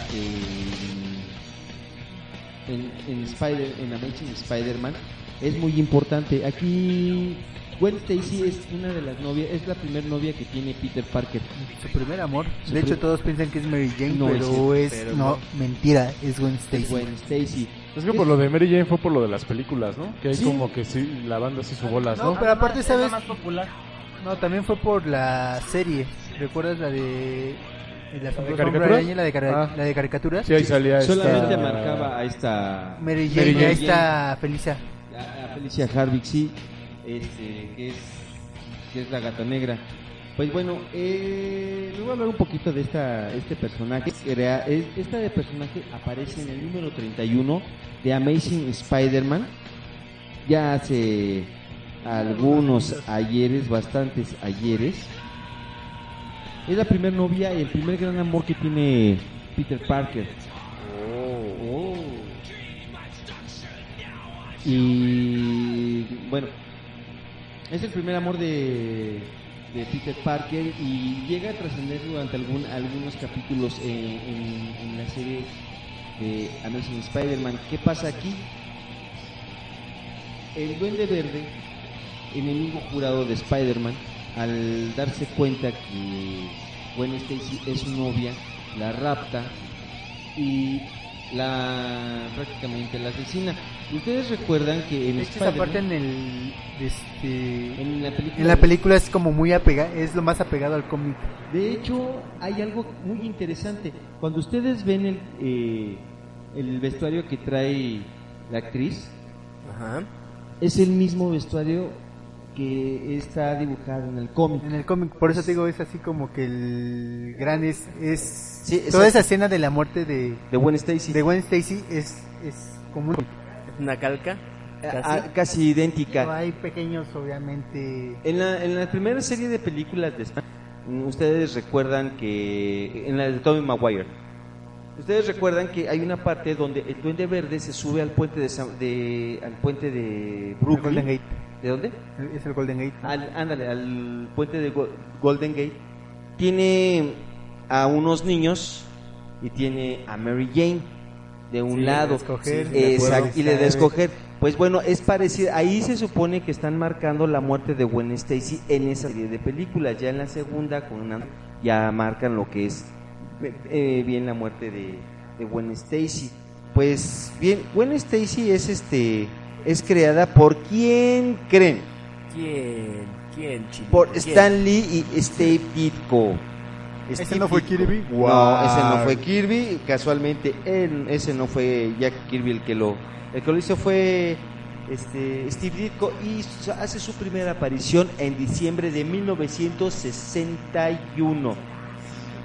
en, en, en, Spider, en Amazing Spider-Man, es muy importante. Aquí Gwen Stacy es una de las novias, es la primera novia que tiene Peter Parker. Su primer amor. Su De hecho, prim- todos piensan que es Mary Jane, No, pero es- es. pero no, no. mentira, es Gwen Stacy. Es Gwen Stacy. Es que por lo de Mary Jane fue por lo de las películas, ¿no? Que hay Sí. como que sí, la banda sí subo bolas, ¿no? No, pero aparte, ¿sabes? más popular. No, también fue por la serie. ¿Recuerdas la de. La ¿De caricaturas? la de, cara- Ah. la de caricaturas? Sí, ahí salía esta... Solamente marcaba a esta... Mary Jane, Mary ahí Jane. está Felisa. a, a Felicia Harvick, sí, este, que es que es la Gata Negra. Pues bueno, eh, les voy a hablar un poquito de esta este personaje. Era- es- Esta de personaje aparece en el número treinta y uno de Amazing Spider-Man. Ya hace algunos ayeres, bastantes ayeres. Es la primera novia y el primer gran amor que tiene Peter Parker. Oh. Y bueno, es el primer amor de, de Peter Parker y llega a trascender durante algún, algunos capítulos en, en- en la serie de Amazing Spider-Man. ¿Qué pasa aquí? El Duende Verde, enemigo jurado de Spider-Man, al darse cuenta que Gwen Stacy es su novia, la rapta y la prácticamente la asesina. Ustedes recuerdan que en De hecho, esa Spider-Man, parte en el. Este, en la película, en la película es como muy apegada, es lo más apegado al cómic. de hecho, hay algo muy interesante. Cuando ustedes ven el, eh, el vestuario que trae la actriz, Ajá. es el mismo vestuario que está dibujado en el cómic. En el cómic, por eso te digo, es así como que el gran es. es Sí, toda exacto. esa escena de la muerte de, De Gwen Stacy. de Gwen Stacy es, es común. Es una calca. Ah, Casi. casi Pero idéntica. hay pequeños, obviamente. En la, en la primera serie de películas de Spider-Man, ustedes recuerdan que en la de Tobey Maguire, ustedes recuerdan que hay una parte donde el Duende Verde se sube al puente de, San- de al puente de El Brooklyn. Golden Gate. ¿De dónde? Es el Golden Gate. ¿no? Al, ándale, al puente de Go- Golden Gate. Tiene a unos niños y tiene a Mary Jane de un Sí, lado. de escoger, Sí, de exacto, acuerdo. y le de escoger. Pues bueno, es parecido. Ahí se supone que están marcando la muerte de Gwen Stacy en esa serie de películas. Ya en la segunda, con una, ya marcan lo que es eh, bien la muerte de, de Gwen Stacy. Pues bien, Gwen Stacy es este es creada por ¿quién creen? ¿Quién? ¿Quién, chico? Por ¿Quién? Stan Lee y Steve Ditko. ¿Ese Steve no fue Ditko. Kirby? No, Wow. ese no fue Kirby. Casualmente, él, ese no fue Jack Kirby el que lo, el que lo hizo fue este Steve Ditko y su- hace su primera aparición en diciembre de mil novecientos sesenta y uno.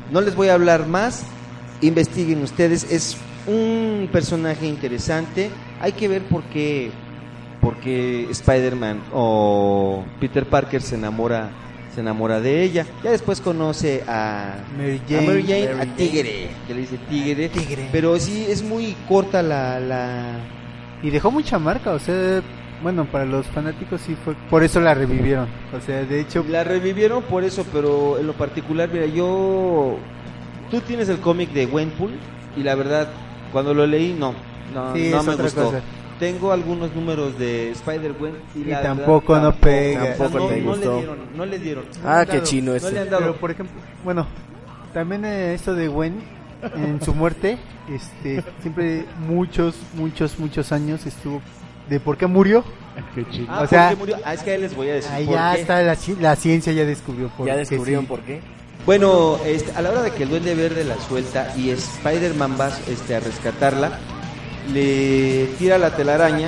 no les voy a hablar más, investiguen ustedes, es un personaje interesante, hay que ver por qué, por qué Spider-Man o Peter Parker se enamora se enamora de ella, ya después conoce a Mary a, Jane, Mary Jane, Mary a Tigre, que le dice Tigre, Tigre. pero sí es muy corta la, la... Y dejó mucha marca, o sea, bueno, para los fanáticos sí fue, por eso la revivieron, o sea, de hecho... La revivieron por eso, pero en lo particular, mira, yo... Tú tienes el cómic de Gwenpool y la verdad, cuando lo leí, no, no, Sí, no es me otra gustó. cosa. Tengo algunos números de Spider-Gwen y, Y la tampoco verdad, no pega. tampoco Tampoco no, te no gustó. le dieron, no le dieron. No Ah, le han qué dado, chino no ese. le han dado. Pero por ejemplo, bueno, también eh, esto de Gwen, en su muerte, este, siempre muchos, muchos, muchos años estuvo de por qué murió. Qué chido. Ah, o sea, ¿por qué murió? Ah, es que ahí les voy a decir Ahí por ya qué. está la, ci- la ciencia ya descubrió por ¿Ya qué descubrieron sí. por qué? Bueno, este, a la hora de que el Duende Verde la suelta y Spider-Man va este, a rescatarla, le tira la telaraña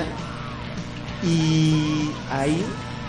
y ahí...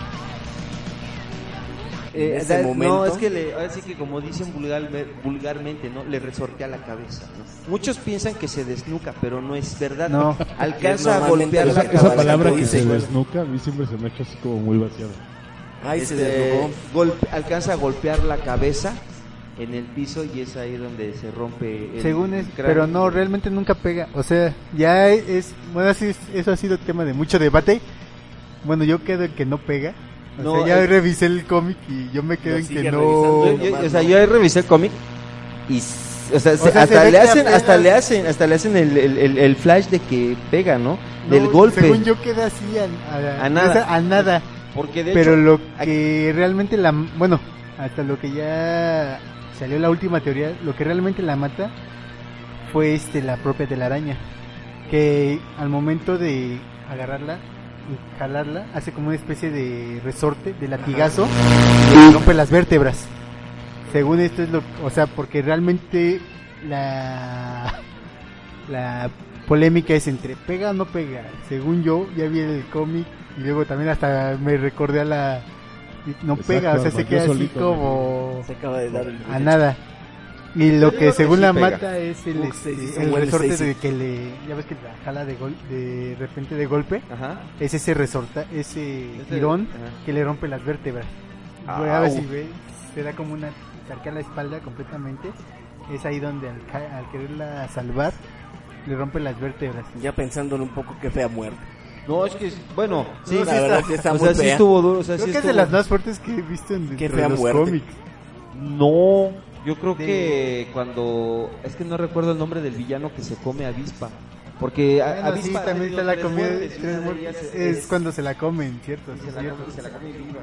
En eh, ese da- momento. No, es que le, ahora sí que como dicen vulgar, vulgarmente, ¿no? Le resortea la cabeza, ¿no? Muchos piensan que se desnuca, pero no es verdad. No. Alcanza a Normalmente golpear lo la Esa, que esa cabeza. palabra que dice, se güey. desnuca, a mí siempre se me ha hecho así como muy vaciada. Ay, se Este, desnudó. golpe- alcanza a golpear la cabeza en el piso y es ahí donde se rompe el Según es, cráneo. pero no, realmente nunca pega. O sea, ya es, bueno, así es- eso ha sido tema de mucho debate. Bueno, yo quedo en que no pega. O No, sea, ya es- revisé el cómic y yo me quedo Lo en que sigue no. revisando. Yo- yo- o sea, yo ahí revisé el cómic y s- o sea, se- sea, se hasta ve le que hacen apenas- hasta le hacen hasta le hacen el, el, el- el flash de que pega, ¿no? No, Del golpe. Según yo queda así a, a- A nada. o sea, a nada. Porque de Pero hecho lo que realmente la, bueno, hasta lo que ya salió la última teoría, lo que realmente la mata fue este la propia telaraña, que al momento de agarrarla y jalarla hace como una especie de resorte, de latigazo, y rompe las vértebras. Según esto es lo, o sea, porque realmente la la polémica es entre pega o no pega. Según yo, ya vi el cómic y luego también hasta me recordé a la y no Exacto, pega, o sea, yo se queda así solito, como Se acaba de dar el... a nada. Y lo Yo que digo que según sí la pega. mata es el, Uf, este, sí, sí, el Gwen resorte Stacy. de que le, ya ves que la jala de gol, de repente de golpe, ajá. es ese resorta, ese Ese- tirón ajá. que le rompe las vértebras. Au. Voy a ver si ves, se da como una carga la espalda completamente. Es ahí donde al, ca- al quererla salvar le rompe las vértebras. Ya pensándolo un poco, qué fea muerte. No, es que bueno, sí, No, sí la verdad está, sí está o muy sea, sí fea. estuvo duro, o sea, Creo sí que es de estuvo- las más fuertes que he visto en Qué dentro fea de los muerte. cómics. No, yo creo De- que cuando es que no recuerdo el nombre del villano que se come a avispa, porque a- Bueno, avispa sí, también está la tres comida muertes, y tres una de muertes. ellas Es cuando se la comen, ¿cierto? y Sí, se la cierto. come- y se la come viva.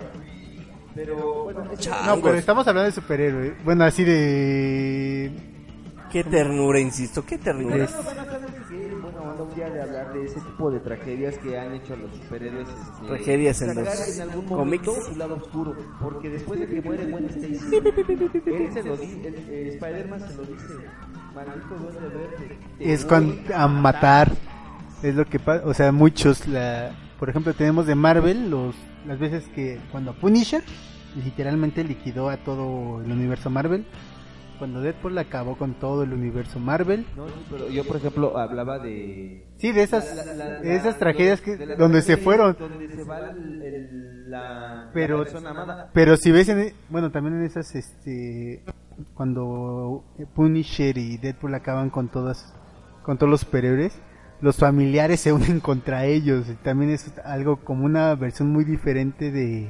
Pero bueno, es- No, pero estamos hablando de superhéroe. Bueno, así de... Qué ternura, insisto, qué ternura. de- buena onda un día de hablar de ese tipo de tragedias que han hecho a los superhéroes. Este, Tragedias en sacar los en algún cómics. momento su lado oscuro, porque después de que muere Gwen Stacy, él se lo dice, el, eh, Spider-Man se lo dice, maldito Duende Verde. te es voy cuando a matar. Es lo que pasa. O sea, muchos, la, por ejemplo, tenemos de Marvel los las veces que cuando Punisher literalmente liquidó a todo el universo Marvel. Cuando Deadpool acabó con todo el universo Marvel. No, sí, pero yo, por ejemplo, hablaba de... Sí, de esas, la- la- la- de esas tragedias que de la donde se tragedia fueron. Donde se va el- el- la, Pero, la persona amada. pero si ves, en, bueno, también en esas, este, cuando Punisher y Deadpool acaban con todas, con todos los superhéroes, los familiares se unen contra ellos. Y también es algo como una versión muy diferente de,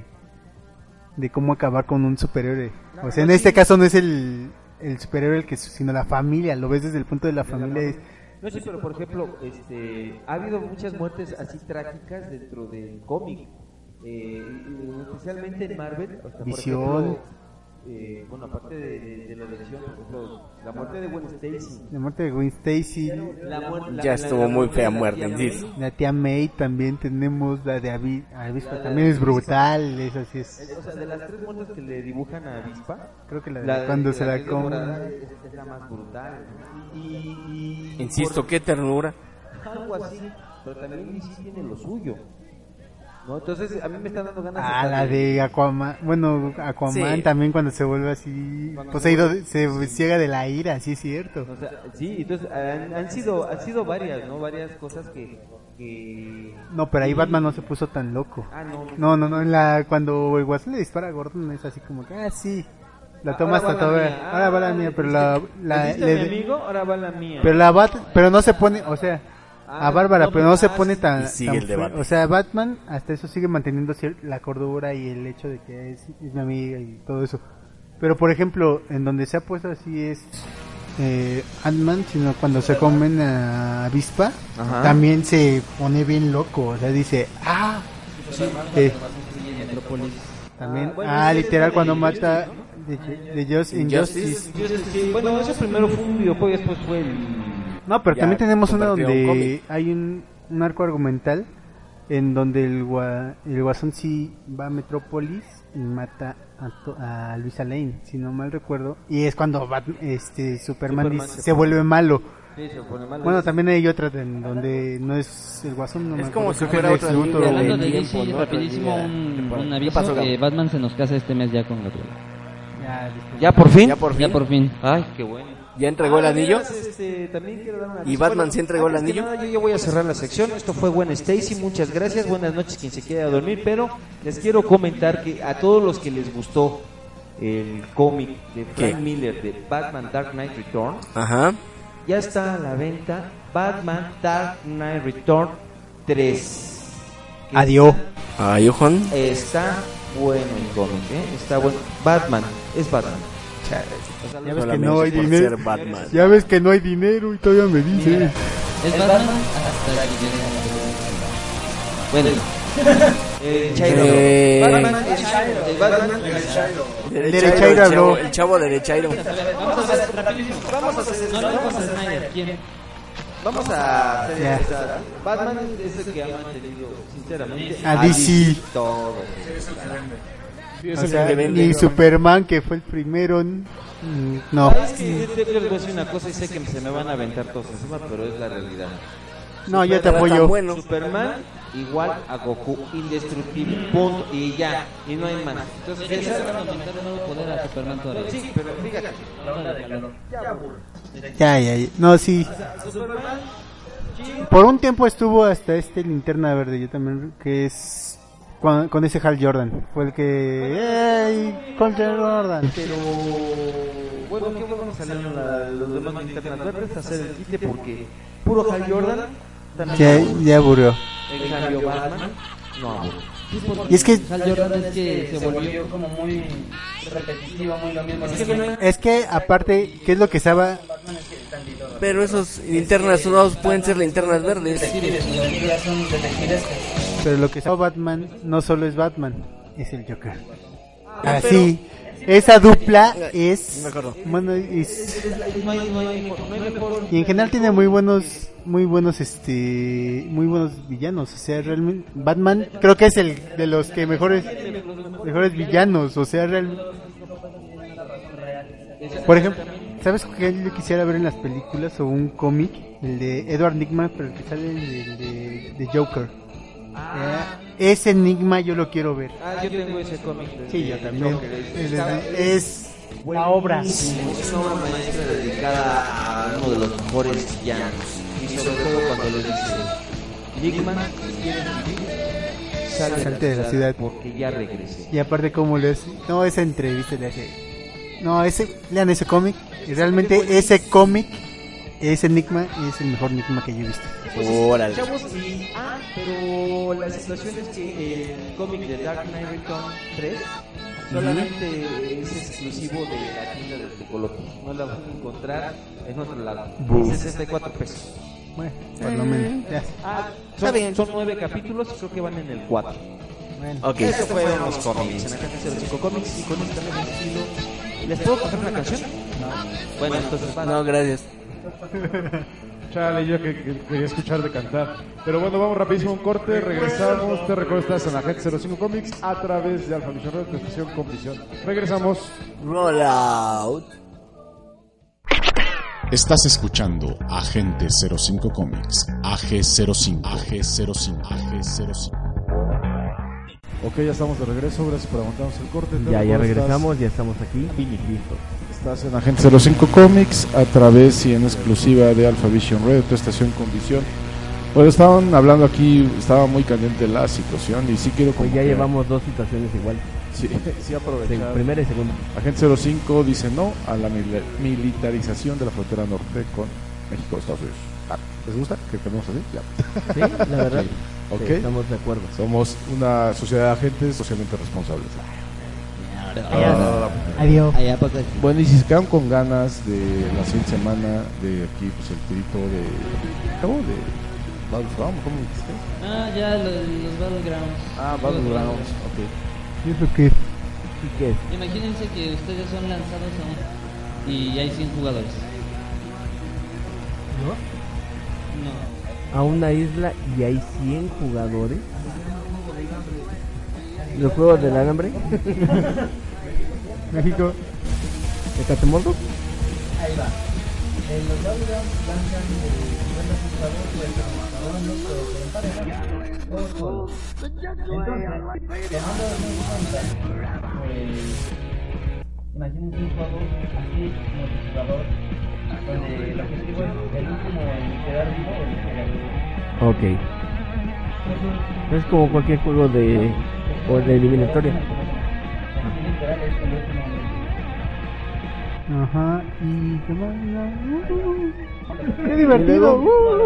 de cómo acabar con un superhéroe. O sea, en este caso no es el, el superhéroe el que, sino la familia. Lo ves desde el punto de la familia. es- No, sí, pero por ejemplo, este, ha habido muchas muertes así trágicas dentro del cómic, eh, especialmente en Marvel. O sea, por Visión. ejemplo, eh, bueno, aparte de, de, de la visión, por ejemplo, la muerte de Gwen Stacy. La muerte de Gwen Stacy, La muer- la- Ya la- estuvo la muy muerte fea de la muerte, tía insisto. May. la tía May también tenemos, la de Avi- Avispa La de también es Avispa. brutal, esa sí Es- es, O sea, de las tres muertes que le dibujan a Avispa, creo que la de la, cuando de- se la la que es come. devorada es, es la más brutal. Y, y- y Insisto, por- qué ternura. algo así, pero también D C tiene lo suyo. ¿no? Entonces a mí me están dando ganas Ah, hasta la de Aquaman. Bueno, Aquaman Sí. también cuando se vuelve así, Cuando poseído, se se, se ciega de la ira, sí es cierto. O sea, sí, entonces han, han sido han sido varias, ¿no? Varias cosas que... que... No, pero ahí Batman no se puso tan loco. Ah, no. No, no, no, en la, cuando el Guasón le dispara a Gordon es así como que, ah, sí, la toma Ahora hasta va la toda, mía. ahora va la Ah, mía, pero la, la, ¿Viste a le- mi amigo? Ahora va la mía. pero la Bat, pero no se pone, o sea, Ah, a Bárbara, no, pero no ah, se pone sí. tan, Y sigue tan el debate. fue- o sea, Batman hasta eso sigue manteniendo cier- la cordura y el hecho de que es, es mi amiga y todo eso. Pero por ejemplo, en donde se ha puesto así es eh, Ant-Man, sino cuando se comen a Avispa, Ajá. también se pone bien loco, o sea, dice, ah, eh, también, Ah, bueno, ah, ese literal es cuando de mata de, de Just Injustice. Injustice. Yo sé que- bueno, ese primero fue un videojuego y después fue el... No, pero Ya también tenemos una convertido en donde cómic. hay un, un arco argumental en donde el, gua- el Guasón sí va a Metrópolis y mata a, to- a Luisa Lane, si no mal recuerdo, y es cuando Bat- este Superman, Superman dice- se se vuelve malo. Sí, se pone mal. Bueno, también hay otra en donde no es el Guasón, no Es me como acuerdo, si creo que fuera es otra Lex línea Luthor de o- Hablando de tiempo, D C, ¿no? rapidísimo Otra un, línea. un ¿Qué aviso pasó, Gabo? que Batman se nos casa este mes ya con Gabriel. Ya, listo. ¿Ya por fin? Ya por fin. Ya por fin. Ay, qué bueno. ¿Ya entregó el Ah, anillo? veras, este, también quiero dar una ¿Y Batman sí entregó el antes que anillo? nada, yo ya voy a cerrar la sección. Esto fue Gwen Stacy. Muchas gracias. Buenas noches quien se quiera dormir. Pero les quiero comentar que a todos los que les gustó el cómic de Frank ¿Qué? Miller de Batman Dark Knight Returns, Ajá. ya está a la venta Batman Dark Knight Return tres. Que Adiós. Ay, Juan. Está bueno el cómic, ¿eh? Está bueno. Batman, es Batman. O sea, Ya ves que Solamente no hay por dinero. ser Batman. Ya ves que no hay dinero y todavía me dices. Es Batman hasta que llegue a bueno. Eh, Chairo. Eh, Batman es Chairo. Eh, Batman es Chairo. Derechairo el habló. chavo- El chavo derechairo. Vamos a hacer rapidísimo. Vamos a hacer No le vamos a Snyder, ¿quién? Vamos a hacer Ya. esta- Batman es el que ha mantenido, sinceramente, A D C. todo. Sí, es O el sea, que le vende. ni Superman, que fue el primero, mm, no. Ah, es que yo les voy a decir una cosa y sé que se me van a aventar todos encima, pero es la realidad. No, yo te Era tan apoyo. bueno. Superman igual a Goku, indestructible, punto, y ya, y no hay más. Entonces, Le esa- quieren aumentar un nuevo poder a Superman todavía. sí, pero fíjate, Ya, ya, ya. No, sí. Superman, Por un tiempo estuvo hasta este Linterna Verde, yo también, que es con, con ese Hal Jordan. Fue el que... ¡Ey! Hal Jordan. pero bueno, ¿qué vamos a hacer la- los demás linternas verdes? Hacer el quite porque puro Hal Jordan también Ya, aburre. ya aburrió. En cambio Batman no aburre. Y es que... Hal Jordan es que se volvió como muy repetitivo, muy lo mismo. Es que no hay- Es que aparte, ¿qué es lo que estaba? Pero esos linternas no pueden ser linternas verdes. Pero lo que estaba Batman no solo es Batman, es el Joker. Así, esa dupla es... Me acuerdo. Bueno, es... no hay, no hay mejor, no hay mejor. Y en general tiene muy buenos, muy buenos, este, muy buenos villanos. O sea, realmente Batman creo que es el de los que mejores, mejores villanos. O sea, realmente. Por ejemplo, ¿sabes qué yo quisiera ver en las películas o un cómic? El de Edward Nygma, pero el que sale de, de, de Joker. Eh, ese Enigma yo lo quiero ver. Ah, yo tengo ese cómic. de- Sí, yo de también. Joker, es- Es, está- es la obra. Es una obra maestra dedicada a uno de los mejores villanos. Y sobre todo cuando le dice: Ligman, ¿quieres vivir? Salte, Salte de la ciudad. porque ya regresé. Y aparte cómo le hace, no, esa entrevista le hace, no, ese, lean ese cómic, y realmente ese cómic, ese Enigma, es el mejor Enigma que yo he visto. Órale. Chavos, y, ah, pero la situación es que el cómic de Dark Knight Returns tres solamente es exclusivo de la tienda del Tecolote. No la van a encontrar en otro lado. Bu. sesenta y cuatro pesos. Bueno, por lo menos, ya. Ah, Está son, bien. son nueve capítulos y creo que van en el cuatro. Bueno. Ok. Eso fueron los cómics. En acá cero cinco cómics y con este también estilo. ¿Les puedo cantar una canción? No. Bueno, entonces va. No, gracias. Chale, yo que, que quería escuchar de cantar. Pero bueno, vamos rapidísimo a un corte, regresamos. Te recuerdo, estás en la Agente cero cinco Comics a través de Alfa Vision Radio, tu estación con visión. Regresamos. Roll out. Estás escuchando Agente cero cinco Comics, A G cero cinco, A G cero cinco, A G cero cinco. Ok, ya estamos de regreso, gracias por aguantarnos el corte. Ya, ya regresamos, estás, ya estamos aquí, listos. Estás en Agente cero cinco Comics a través y en exclusiva de Alpha Vision Radio, tu estación con visión. Bueno, estaban hablando aquí, estaba muy caliente la situación y sí quiero... Pues ya que... llevamos dos situaciones igual. Sí, sí aprovechar. Primera y segunda. Agente cero cinco dice no a la mil- militarización de la frontera norte con México, Estados Unidos. Ah, ¿les gusta que quedemos así? Ya. Sí, la verdad. Sí. Okay. Sí, estamos de acuerdo. Somos una sociedad de agentes socialmente responsables. Adiós. Adiós. Allá, poco. Bueno, y si se quedan con ganas de la siguiente semana de aquí, pues el tirito de... ¿Cómo? De... Battleground, ¿cómo dijiste? Ah, ya, los, los Battlegrounds. Ah, Battlegrounds, ok. ¿Y eso qué es? ¿Y qué es? Imagínense que ustedes son lanzados a un... y hay cien jugadores. ¿No? No. A una isla y hay cien jugadores. ¿Los juegos del alambre? México. ¿De Catemondo? Ahí va. En los Battlegrounds lanzan cincuenta jugadores, pues uno pero en pareja o solos. Entonces, tomando en cuenta, pues, imagínense un juego así, multijugador, donde el objetivo es el último en quedar vivo o en quedar vivo. Ok. Es como cualquier juego de... o de eliminatoria. Así literal es el último en Ajá, y qué más. ¡Qué divertido!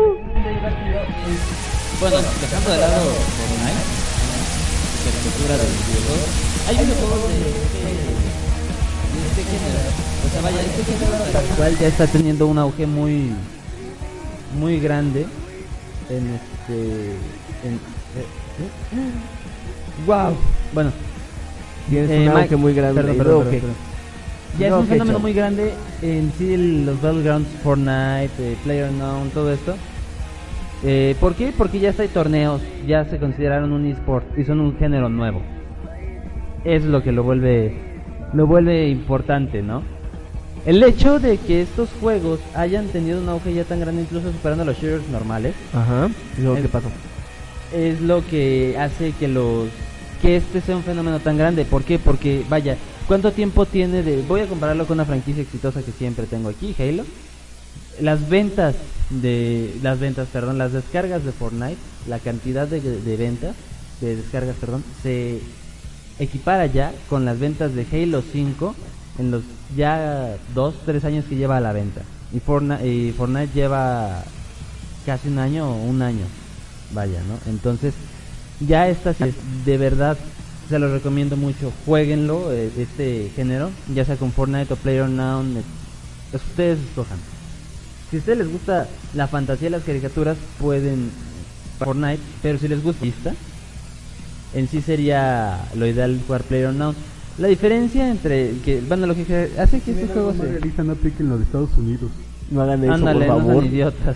Bueno, dejando de lado Fortnite, de la cultura del videojuego, hay videojuegos de, de, de este género. O sea, vaya, este género tal cual ya está teniendo un auge muy muy grande en este en, eh, ¿eh? Wow. Bueno, tienes eh, un auge Mike, muy grande. perdón, perdón, perdón, perdón. Ya no, es un fenómeno hecho. muy grande en sí el, los Battlegrounds, Fortnite, eh, PlayerUnknown, todo esto. Eh, ¿Por qué? Porque ya hay torneos, ya se consideraron un eSport y son un género nuevo. Es lo que lo vuelve lo vuelve importante, ¿no? El hecho de que estos juegos hayan tenido un auge ya tan grande, incluso superando los shooters normales. Ajá. ¿Y luego es, qué pasó? Es lo que hace que los que este sea un fenómeno tan grande. ¿Por qué? Porque vaya, ¿cuánto tiempo tiene de...? Voy a compararlo con una franquicia exitosa que siempre tengo aquí, Halo. Las ventas de... Las ventas, perdón, las descargas de Fortnite, la cantidad de, de ventas, de descargas, perdón, se equipara ya con las ventas de Halo cinco en los ya dos, tres años que lleva a la venta. Y Fortnite, y Fortnite lleva casi un año o un año, vaya, ¿no? Entonces, ya esta es de verdad... Se los recomiendo mucho, jueguenlo, eh, este género, ya sea con Fortnite o PlayerUnknown, eh, ustedes escojan. Si a ustedes les gusta la fantasía de las caricaturas, pueden Fortnite, pero si les gusta vista, en sí sería lo ideal jugar PlayerUnknown. La diferencia entre que, bueno, lo que hace que este juego se... realista no apliquen lo de Estados Unidos. No hagan eso, Ándale, por no favor. son idiotas.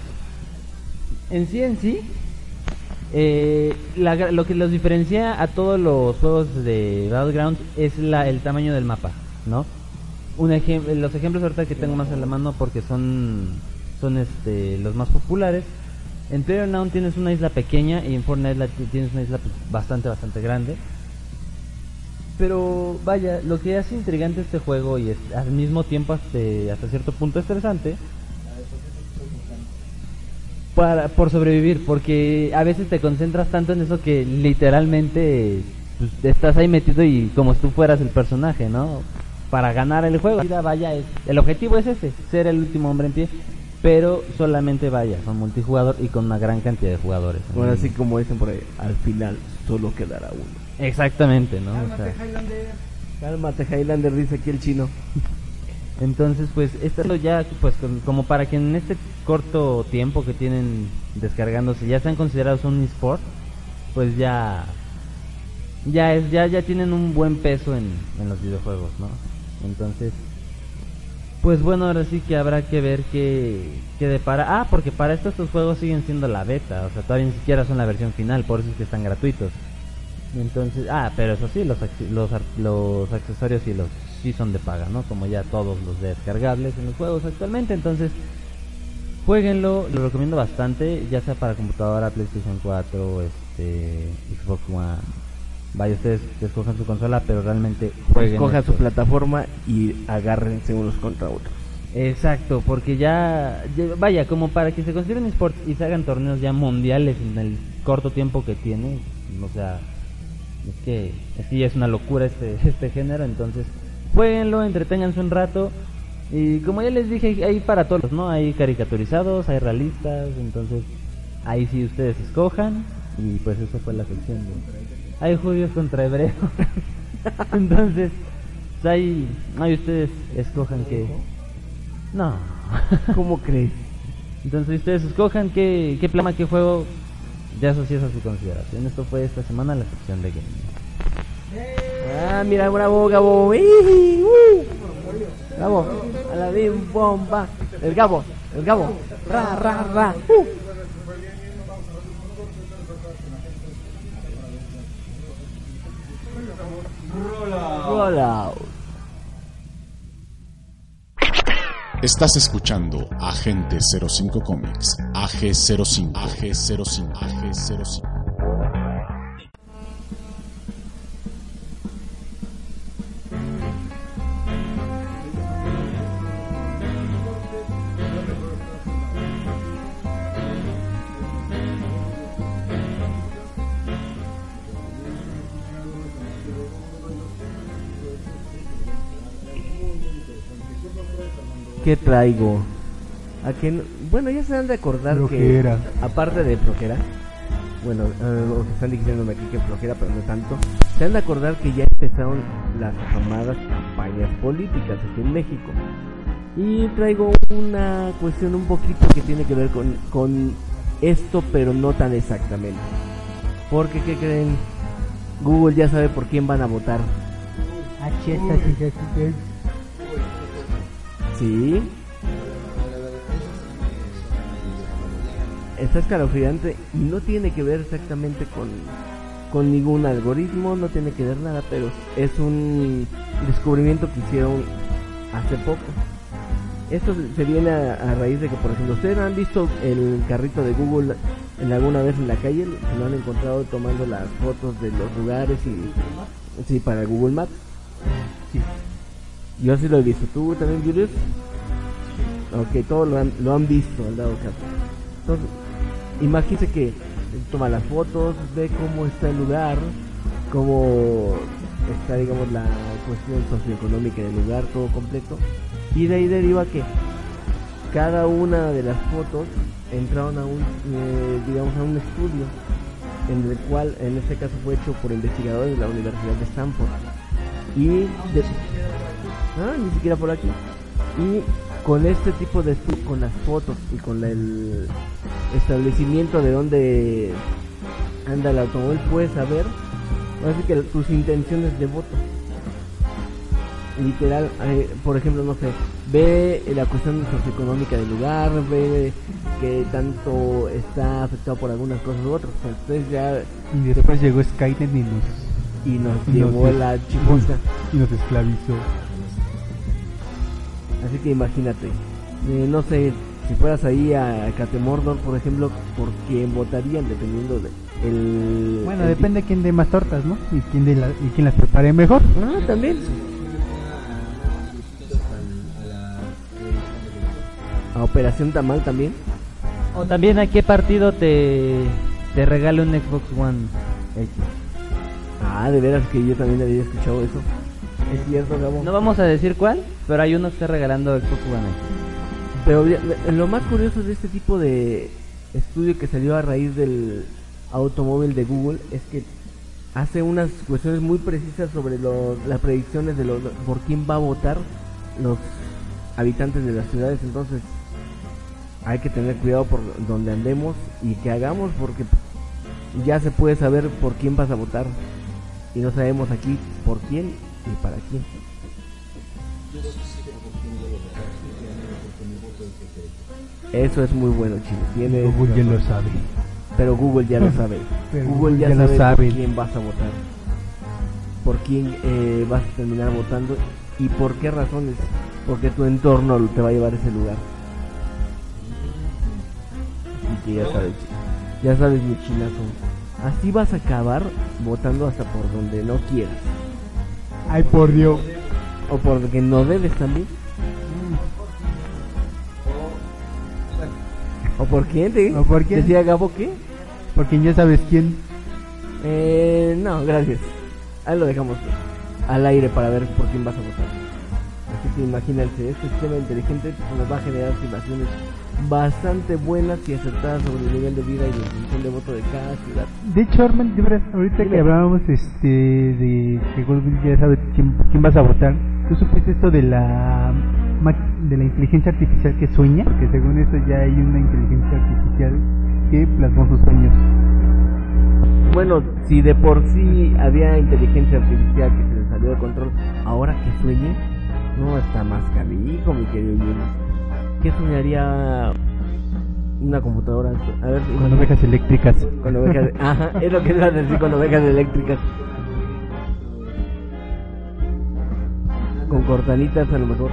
En sí, en sí... Eh, la, lo que los diferencia a todos los juegos de Battlegrounds es la, el tamaño del mapa, ¿no? Un ejem los ejemplos ahorita que tengo más en la mano porque son son este los más populares. En PlayerUnknown tienes una isla pequeña y en Fortnite la, tienes una isla pues, bastante bastante grande. Pero vaya, lo que hace intrigante este juego y es, al mismo tiempo hasta, hasta cierto punto estresante para por sobrevivir, porque a veces te concentras tanto en eso que literalmente pues, estás ahí metido y como si tú fueras el personaje, ¿no? Para ganar el juego. Vaya, es, el objetivo es ese, ser el último hombre en pie, pero solamente vaya, son multijugador y con una gran cantidad de jugadores. Bueno, así como dicen por ahí, al final solo quedará uno. Exactamente, ¿no? Cálmate, O sea, Highlander. Cálmate, Highlander, dice aquí el chino. entonces, pues, esto ya, pues, con- como para que en este corto tiempo que tienen descargándose ya sean considerados un eSport, pues ya, ya es, ya, ya tienen un buen peso en, en los videojuegos, ¿no? Entonces, pues bueno, ahora sí que habrá que ver qué, qué depara. Ah, porque para esto estos juegos siguen siendo la beta, o sea, todavía ni siquiera son la versión final, por eso es que están gratuitos. Entonces, ah, pero eso sí, los, acci- los, ar- los accesorios sí los sí son de paga, ¿no? Como ya todos los descargables en los juegos actualmente. Entonces, jueguenlo, lo recomiendo bastante, ya sea para computadora, PlayStation cuatro, este, Xbox One, vaya, ustedes que escojan su consola, pero realmente jueguen. Escojan esto. su plataforma y agárrense unos contra otros. Exacto, porque ya, ya, vaya, como para que se consideren esports y se hagan torneos ya mundiales en el corto tiempo que tiene, o sea, es que, es que ya es una locura este, este género, entonces jueguenlo, entreténganse un rato, y como ya les dije, hay para todos, ¿no? Hay caricaturizados, hay realistas, entonces ahí sí ustedes escojan, y pues eso fue la sección de... Hay judíos contra hebreos, entonces, pues ahí, ahí ustedes escojan que... No. ¿Cómo crees? Entonces ustedes escojan qué, qué plama, qué juego, ya eso sí es a su consideración. Esto fue esta semana la sección de gaming. Ah, mira, bravo, Gabo. ¡Ih! ¡Uh! Gabo, a la bim bomba. El Gabo, el Gabo. Ra, ra, ra. ¡Uh! Roll out. Estás escuchando Agente cero cinco Comics, A G cero cinco, A G cero cinco, A G cero cinco. ¿Qué traigo? ¿A que no? Bueno, ya se han de acordar Flojera. que, aparte de flojera, bueno, uh, los que están diciéndome aquí que flojera, pero no tanto, se han de acordar que ya empezaron las llamadas campañas políticas aquí en México. Y traigo una cuestión un poquito que tiene que ver con, con esto, pero no tan exactamente. Porque, ¿qué creen? Google ya sabe por quién van a votar. Sí. Está escalofriante y no tiene que ver exactamente con, con ningún algoritmo, no tiene que ver nada, pero es un descubrimiento que hicieron hace poco. Esto se viene a, a raíz de que, por ejemplo, ustedes han visto el carrito de Google en alguna vez en la calle, se lo han encontrado tomando las fotos de los lugares y sí, para Google Maps. Sí. Yo sí lo he visto. ¿Tú también, Julius? Ok, todos lo han, lo han visto, al dado caso. Entonces, imagínese que toma las fotos, ve cómo está el lugar, cómo está, digamos, la cuestión socioeconómica del lugar, todo completo. Y de ahí deriva que cada una de las fotos entraron a un, eh, digamos, a un estudio en el cual, en este caso, fue hecho por investigadores de la Universidad de Stanford. Y de, ah, ni siquiera por aquí. Y con este tipo de estudio, con las fotos y con la, el establecimiento de dónde anda el automóvil, puedes saber, así que tus intenciones de voto. Literal, eh, por ejemplo, no sé, ve la cuestión socioeconómica del lugar, ve que tanto está afectado por algunas cosas u otras. Entonces ya y después llegó Skynet y nos y nos y llevó nos, la chiposta y nos esclavizó. Así que imagínate, eh, no sé, si fueras ahí a Catemordor, por ejemplo, ¿por quién votarían dependiendo de el? Bueno, el depende de quién dé más tortas, ¿no? Y quién de la, y quién las prepare mejor. Ah, también. A Operación Tamal también. O también a qué partido te, te regala un Xbox One X. Ah, de veras que yo también había escuchado eso. Es cierto, Gabo. No vamos a decir cuál, pero hay uno que está regalando Xbox One X. Pero lo más curioso de este tipo de estudio que salió a raíz del automóvil de Google es que hace unas cuestiones muy precisas sobre lo, las predicciones de lo, por quién va a votar los habitantes de las ciudades. Entonces hay que tener cuidado por donde andemos y que hagamos, porque ya se puede saber por quién vas a votar y no sabemos aquí por quién y para quién. Eso es muy bueno, Chino. Tiene Google ya lo sabe. Pero Google ya lo sabe. Pero Google ya, ya sabe, lo sabe por quién vas a votar, por quién eh, vas a terminar votando y por qué razones, porque tu entorno te va a llevar a ese lugar. Así que ya sabes, ya sabes, mi chinazo. Así vas a acabar votando hasta por donde no quieras. Ay, por Dios. O por donde no debes también. ¿O por quién? ¿Te? ¿O por quién? ¿Decía Gabo qué? Por quien ya sabes quién. Eh, no, gracias. Ahí lo dejamos al aire para ver por quién vas a votar. Así que imagínense, este sistema inteligente nos va a generar simulaciones bastante buenas y acertadas sobre el nivel de vida y la intención de voto de cada ciudad. De hecho, Arman, de verdad, ahorita que hablábamos este, de que Goldblum ya sabe quién, quién vas a votar, ¿tú supiste esto de la de la inteligencia artificial que sueña? Que según esto ya hay una inteligencia artificial que plasmó sus sueños. Bueno, si de por sí había inteligencia artificial que se le salió de control, ahora que sueñe, no está más canijo, mi querido Yuna. ¿Qué soñaría una computadora? A ver, con ovejas eléctricas. Con ovejas, ajá, es lo que iba a decir, con ovejas eléctricas. Con cortanitas a lo mejor.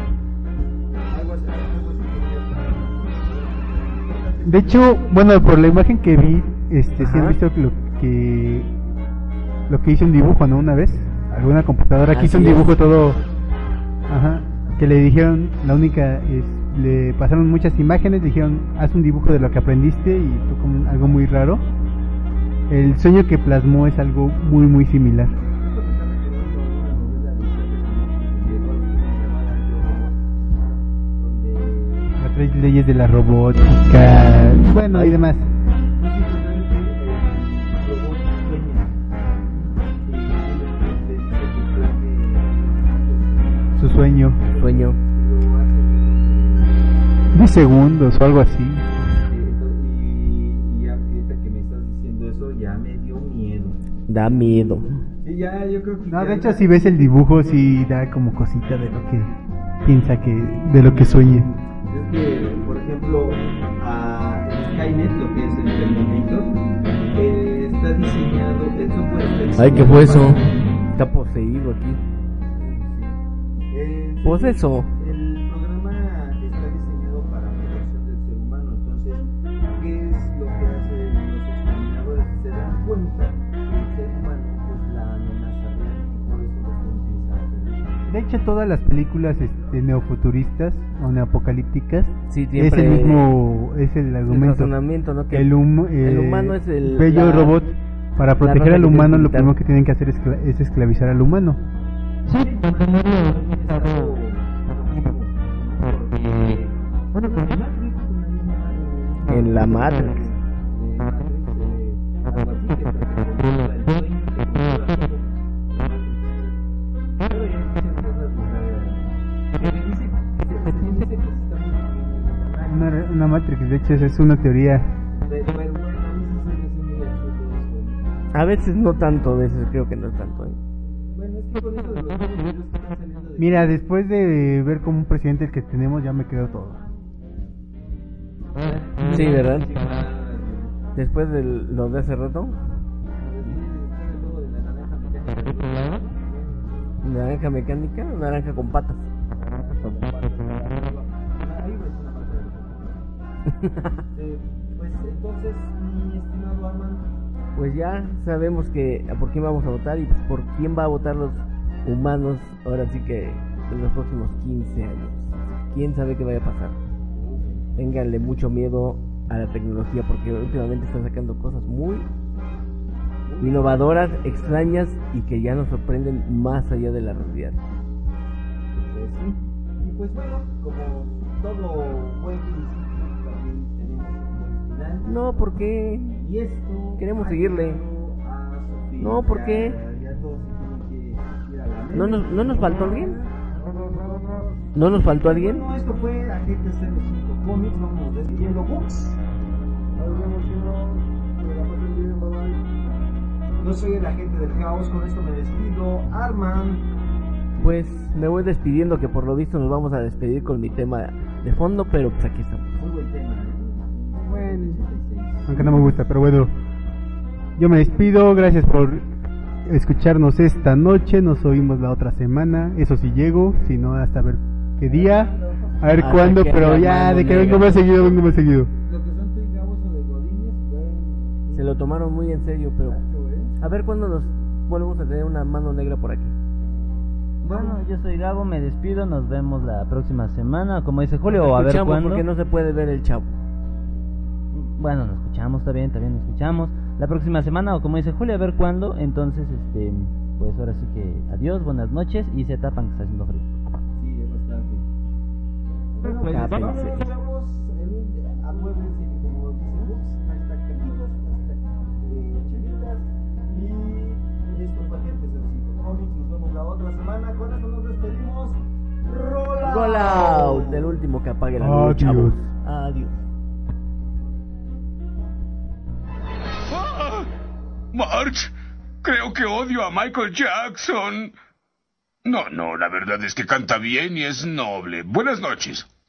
De hecho, bueno, por la imagen que vi, este, sí han visto lo que lo que hizo un dibujo, ¿no? Una vez, alguna computadora que hizo un dibujo todo, ajá, que le dijeron, la única es, le pasaron muchas imágenes, le dijeron, haz un dibujo de lo que aprendiste y fue como algo muy raro. El sueño que plasmó es algo muy muy similar. Las tres leyes de la robótica, bueno, y demás. Su sueño. Sueño. diez segundos o algo así. Y, y ahorita que me estás diciendo eso, ya me dio miedo. Da miedo. Sí, ya, yo creo que no, de hecho, si ves el dibujo, sí da como cosita de lo que piensa que, de lo que sueñe. Es que, por ejemplo, a Skynet, lo que es el Terminator, eh, está diseñado, el software está diseñado. Ay, ¿qué fue eso? Está poseído aquí. Eh, Poseso. El programa está diseñado para la protección del ser humano. Entonces, ¿qué es lo que hacen los exterminadores? Se dan cuenta que el ser humano es la amenaza real y por eso los empiezan. De hecho, todas las películas este, neofuturistas o neoapocalípticas sí, es el mismo, es el argumento. El razonamiento, ¿no? Que el, hum, eh, el humano es el bello la, robot. Para proteger al humano, lo primero que tienen que hacer es, es esclavizar al humano. Sí, mantenerlo estado porque bueno, en la Matrix. Una, una Matrix, de hecho, esa es una teoría. A veces no tanto, a veces creo que no es tanto. ¿eh? Bueno, es que con eso de los videos que están saliendo de... Mira, después de ver como un presidente el que tenemos, ya me quedo todo. Sí, ¿verdad? Después de lo de hace rato. Naranja mecánica, naranja con patas. Pues entonces, mi estimado Arman, pues ya sabemos que por quién vamos a votar y pues por quién va a votar los humanos ahora sí que en los próximos quince años. ¿Quién sabe qué vaya a pasar? Ténganle mucho miedo a la tecnología porque últimamente están sacando cosas muy innovadoras, extrañas y que ya nos sorprenden más allá de la realidad. Pues sí. Y pues bueno, como todo buen principio, también tenemos un buen final. No, ¿por qué? Y esto queremos seguirle. No, ¿por qué? ¿No nos, ¿No nos faltó alguien? ¿No nos faltó alguien? No, esto fue Agente cero cinco Comics. Vamos despidiendo books. Yo soy el agente del caos. Con esto me despido. Arman. Pues me voy despidiendo, que por lo visto nos vamos a despedir con mi tema de fondo, pero pues aquí estamos. Muy buen tema, ¿eh? Bueno, aunque no me gusta, pero bueno. Yo me despido, gracias por escucharnos esta noche. Nos oímos la otra semana. Eso sí llego, si no hasta ver qué día, a ver ah, cuándo, pero ya de que vengo más seguido, vengo más seguido. Lo que son tú y Gabos o de Godines, bueno. Se lo lo tomaron muy en serio, pero a ver cuándo nos volvemos a tener una mano negra por aquí. Bueno, yo soy Gabo, me despido, nos vemos la próxima semana, como dice Julio, o a ver Escuchamos cuándo. porque no se puede ver el chavo. Bueno, nos escuchamos, está bien, está bien, nos escuchamos la próxima semana, o como dice Julio, a ver cuándo. Entonces, este, pues ahora sí que adiós, buenas noches, y se tapan que está haciendo frío. Sí, es bastante. Bueno, pues, tápense. vamos, nos vemos en, acuérdense que como dice Books, hashtag caninos, hashtag eh, chelitas, y esto fue Agente cero cinco Comics. Nos vemos la otra semana. Con esto nos despedimos. Roll out. Roll out, el último que apague la luz, Adiós. chavos. Adiós. ¡Ah! March, creo que odio a Michael Jackson. No, no, la verdad es que canta bien y es noble. Buenas noches.